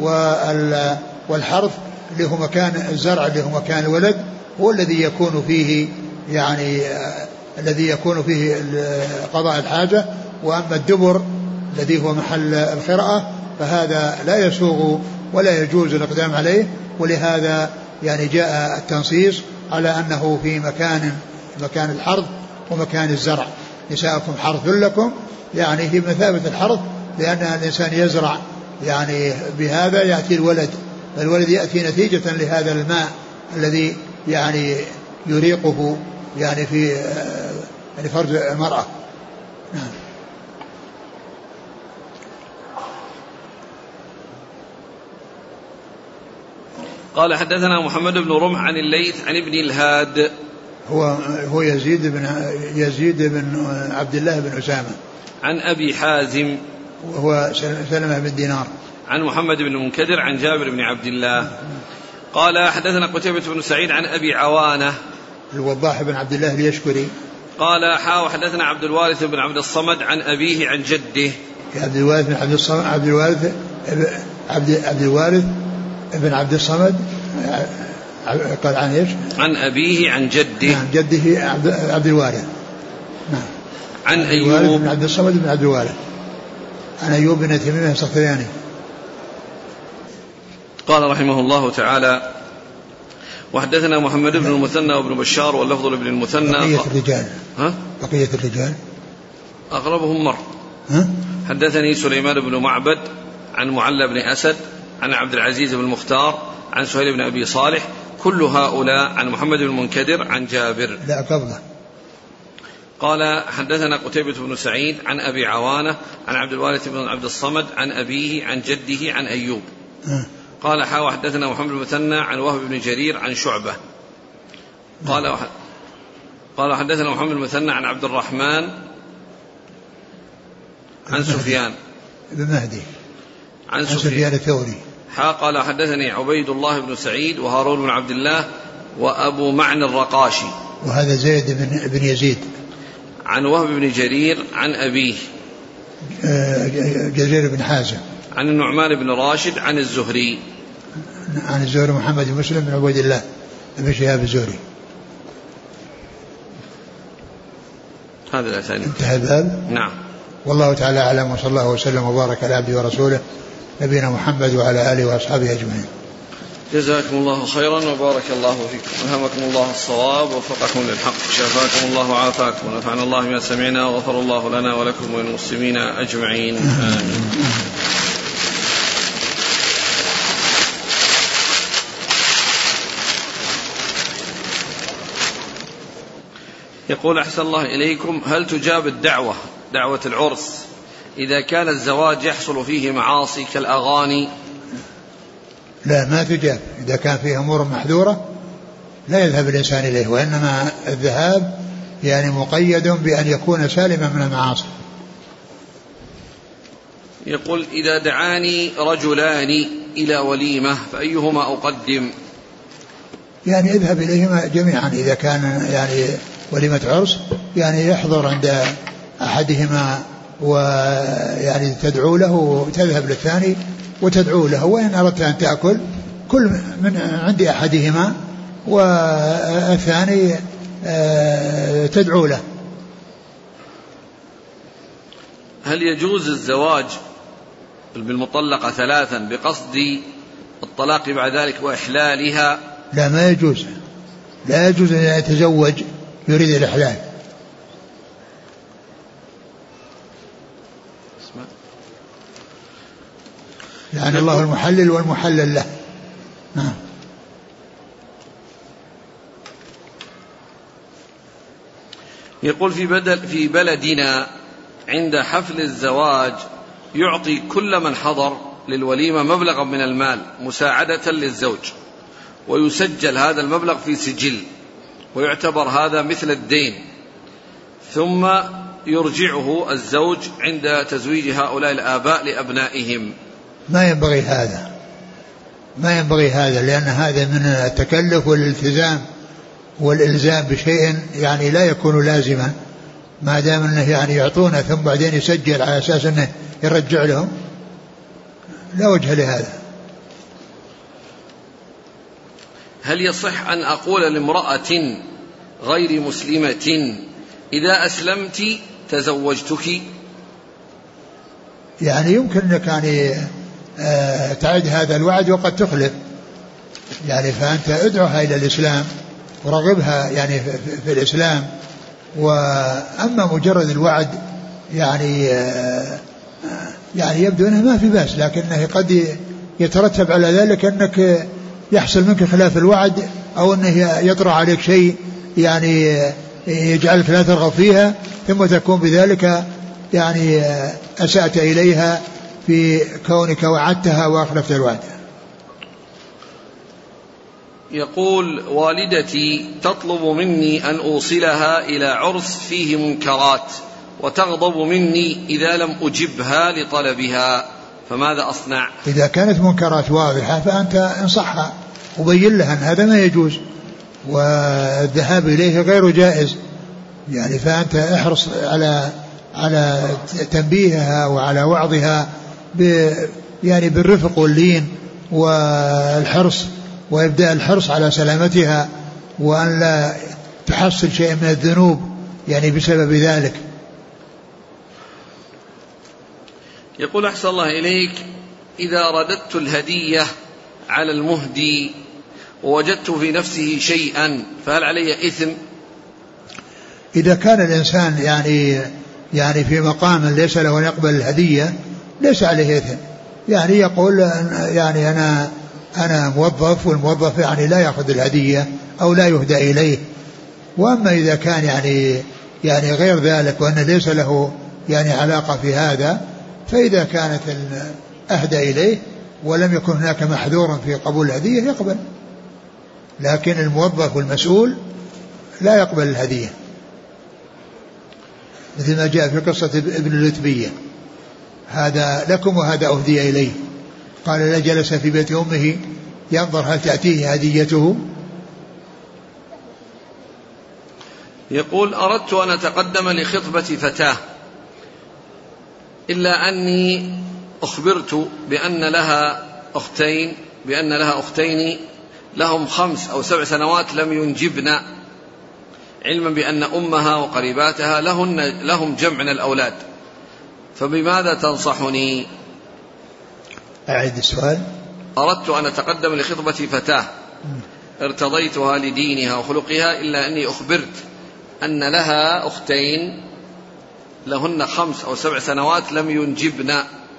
S2: والحرث اللي هو مكان الزرع اللي هو مكان الولد هو الذي يكون فيه يعني الذي يكون فيه قضاء الحاجة، وأما الدبر الذي هو محل الخرأة فهذا لا يسوغ ولا يجوز الإقدام عليه، ولهذا يعني جاء التنصيص على أنه في مكان مكان الحرث ومكان الزرع. نساءكم حرث لكم يعني في مثابة الحرث، لأن الإنسان يزرع يعني بهذا يأتي الولد، فالولد يأتي نتيجة لهذا الماء الذي يعني يريقه يعني في يعني فرج المرأة. نعم.
S1: قال حدثنا محمد بن رمح عن الليث عن ابن الهاد
S2: هو هو يزيد بن يزيد بن عبد الله بن أسامة
S1: عن أبي حازم
S2: وهو سلمة بن دينار
S1: عن محمد بن المنكدر عن جابر بن عبد الله. قال حدثنا قتيبة بن سعيد عن أبي عوانة
S2: الوضاح بن عبد الله اليشكري
S1: قال حاو حدثنا عبد الوارث بن عبد الصمد عن أبيه عن جده.
S2: عبد الوارث بن عبد الصمد عبد الوارث عبد عبد الوارث بن عبد الصمد قال عن ايش؟
S1: عن أبيه عن جده.
S2: نعم جده عبد, عبد الوارث. نعم.
S1: عن أيوب
S2: بن عبد الصمد بن عبد الوارث عن أيوب بن تميمة السختياني.
S1: قال رحمه الله تعالى وحدثنا محمد بن المثنى وابن بشار واللفظ لابن المثنى.
S2: بقية الرجال
S1: ها؟
S2: بقية الرجال
S1: أغلبهم مر.
S2: ها؟
S1: حدثني سليمان بن معبد عن معلى بن أسد عن عبد العزيز بن المختار عن سهيل بن أبي صالح كل هؤلاء عن محمد بن المنكدر عن جابر.
S2: لا قبله.
S1: قال حدثنا قتيبة بن سعيد عن أبي عوانة عن عبد الوارث بن عبد الصمد عن أبيه عن جده عن أيوب. أه. قال حاوى حدثنا محمد بن المثنى عن وهب بن جرير عن شعبة. قال أه. قال حدثنا محمد بن المثنى عن عبد الرحمن عن سفيان
S2: بن مهدي
S1: عن سفيان
S2: الثوري.
S1: قال حدثني عبيد الله بن سعيد وهارون بن عبد الله وأبو معنى الرقاشي،
S2: وهذا زيد بن, بن يزيد،
S1: عن وهب بن جرير عن أبيه
S2: جرير بن حازم
S1: عن النعمان بن راشد عن الزهري
S2: عن الزهري محمد بن مسلم بن عبيد الله بن شهاب الزهري.
S1: هذا الأسانيد.
S2: انتهى الباب.
S1: نعم.
S2: والله تعالى أعلم، وصلى الله وسلم وبارك على عبده ورسوله نبينا محمد وعلى آله وأصحابه أجمعين.
S1: جزاكم الله خيرا وبارك الله فيكم، ألهمكم الله الصواب ووفقكم للحق، شفاكم الله وعافاكم، ونفعنا الله بما سمعنا، وغفر الله لنا ولكم وللمسلمين أجمعين. آمين. يقول أحسن الله إليكم، هل تجاب الدعوة دعوة العرس إذا كان الزواج يحصل فيه معاصي كالأغاني؟
S2: لا، ما تجاب. إذا كان فيه أمور محذورة لا يذهب الإنسان إليه، وإنما الذهاب يعني مقيد بأن يكون سالما من المعاصي.
S1: يقول إذا دعاني رجلان إلى وليمة فأيهما أقدم؟
S2: يعني اذهب إليهما جميعا. إذا كان يعني وليمة عرس يعني يحضر عند أحدهما ويعني تدعو له وتذهب للثاني وتدعو له، وإن أردت أن تأكل كل من عند أحدهما والثاني تدعو له.
S1: هل يجوز الزواج بالمطلقة ثلاثا بقصد الطلاق بعد ذلك وإحلالها؟
S2: لا، ما يجوز. لا يجوز أن يتزوج يريد الإحلال. لعن الله المحلل والمحلل له. نعم.
S1: يقول في بدل في بلدنا عند حفل الزواج يعطي كل من حضر للوليمة مبلغا من المال مساعدة للزوج، ويسجل هذا المبلغ في سجل ويعتبر هذا مثل الدين، ثم يرجعه الزوج عند تزويج هؤلاء الآباء لأبنائهم.
S2: ما ينبغي هذا، ما ينبغي هذا، لأن هذا من التكلف والالتزام والإلزام بشيء يعني لا يكون لازما، ما دام أنه يعني يعطونه ثم بعدين يسجل على أساس أنه يرجع لهم، لا وجه لهذا.
S1: هل يصح أن أقول لامرأة غير مسلمة إذا أسلمت تزوجتك؟
S2: يعني يمكن أنك يعني آه تعد هذا الوعد وقد تخلف، يعني فأنت ادعوها إلى الإسلام ورغبها يعني في, في الإسلام. وأما مجرد الوعد يعني آه يعني يبدو أنه ما في بأس، لكنه قد يترتب على ذلك أنك يحصل منك خلاف الوعد، أو أنه يطرأ عليك شيء يعني يجعلك لا ترغب فيها، ثم تكون بذلك يعني أسأت إليها في كونك وعدتها وأخلفت الوعد.
S1: يقول والدتي تطلب مني أن أوصلها إلى عرس فيه منكرات، وتغضب مني إذا لم أجبها لطلبها، فماذا أصنع؟
S2: إذا كانت منكرات واضحة فأنت انصحها وبين لها أن هذا ما يجوز والذهاب إليه غير جائز، يعني فأنت احرص على على تنبيهها وعلى وعظها ب يعني بالرفق واللين والحرص، وإبداء الحرص على سلامتها، وأن لا تحصل شيء من الذنوب يعني بسبب ذلك.
S1: يقول أحسن الله إليك، إذا رددت الهدية على المهدي ووجدت في نفسه شيئا فهل علي إثم؟
S2: إذا كان الإنسان يعني يعني في مقام ليس له أن يقبل الهدية ليس عليه إثم، يعني يقول يعني أنا أنا موظف والموظف يعني لا يأخذ الهدية أو لا يهدى إليه. وأما إذا كان يعني يعني غير ذلك وأن ليس له يعني علاقة في هذا، فإذا كانت أهدى إليه ولم يكن هناك محذور في قبول الهدية يقبل، لكن الموظف والمسؤول لا يقبل الهدية، مثل ما جاء في قصة ابن اللتبية، هذا لكم وهذا أهدي إليه، قال لا جلس في بيت أمه ينظر هل تأتيه هديته.
S1: يقول أردت أن أتقدم لخطبة فتاة، إلا أني أخبرت بأن لها أختين بأن لها أختين لهم خمس أو سبع سنوات لم ينجبن، علما بأن أمها وقريباتها لهن لهم جمع من الأولاد، فبماذا تنصحني؟
S2: أعيد السؤال.
S1: أردت أن أتقدم لخطبة فتاة ارتضيتها لدينها وخلقها، إلا أني أخبرت أن لها أختين لهن خمس أو سبع سنوات لم ينجبن،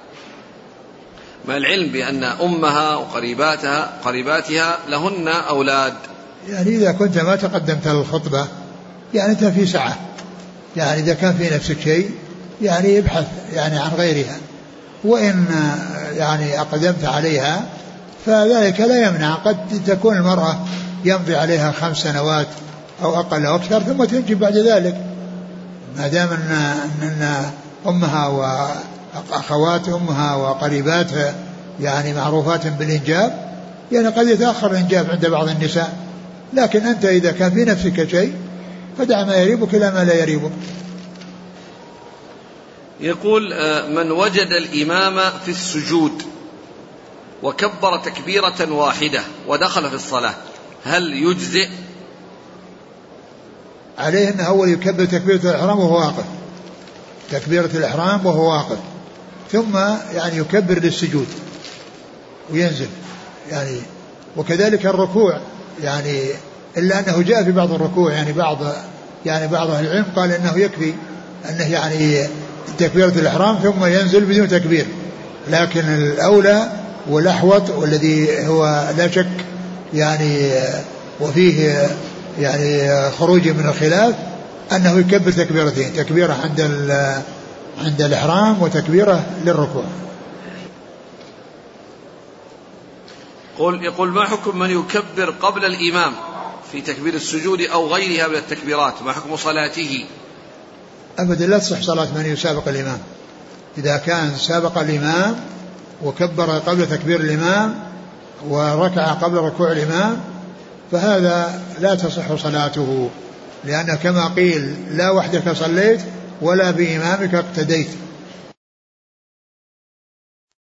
S1: مع العلم بأن أمها وقريباتها قريباتها لهن أولاد.
S2: يعني إذا كنت ما تقدمت للخطبة يعني أنت في سعة، يعني إذا كان في نفسك شيء يعني ابحث يعني عن غيرها، وإن يعني أقدمت عليها فذلك لا يمنع، قد تكون المرأة يمضي عليها خمس سنوات أو أقل أو أكثر ثم تنجب بعد ذلك، ما دام أن, أن أمها وأخوات أمها وقريباتها يعني معروفات بالإنجاب، يعني قد يتأخر الإنجاب عند بعض النساء، لكن أنت إذا كان في نفسك شيء فدع ما يريبك إلى ما لا يريبك.
S1: يقول من وجد الإمام في السجود وكبر تكبيرة واحدة ودخل في الصلاة هل يجزئ؟
S2: عليه أنه أول يكبر تكبيرة الإحرام وهو واقف، تكبيرة الإحرام وهو واقف، ثم يعني يكبر للسجود وينزل يعني، وكذلك الركوع يعني، إلا أنه جاء في بعض الركوع يعني بعض يعني بعض أهل العلم قال أنه يكفي أنه يعني تكبيرة الإحرام ثم ينزل بدون تكبير، لكن الأولى والأحوط والذي هو لا شك يعني وفيه يعني خروج من الخلاف أنه يكبر تكبيرتين، تكبيرة عند عند الإحرام وتكبيرة للركوع.
S1: قل يقول ما حكم من يكبر قبل الإمام في تكبير السجود أو غيرها من التكبيرات، ما حكم صلاته؟
S2: أبدا لا تصح صلاة من يسابق الإمام، إذا كان سابق الإمام وكبر قبل تكبير الإمام وركع قبل ركوع الإمام فهذا لا تصح صلاته، لأن كما قيل لا وحدك صليت ولا بإمامك اقتديت.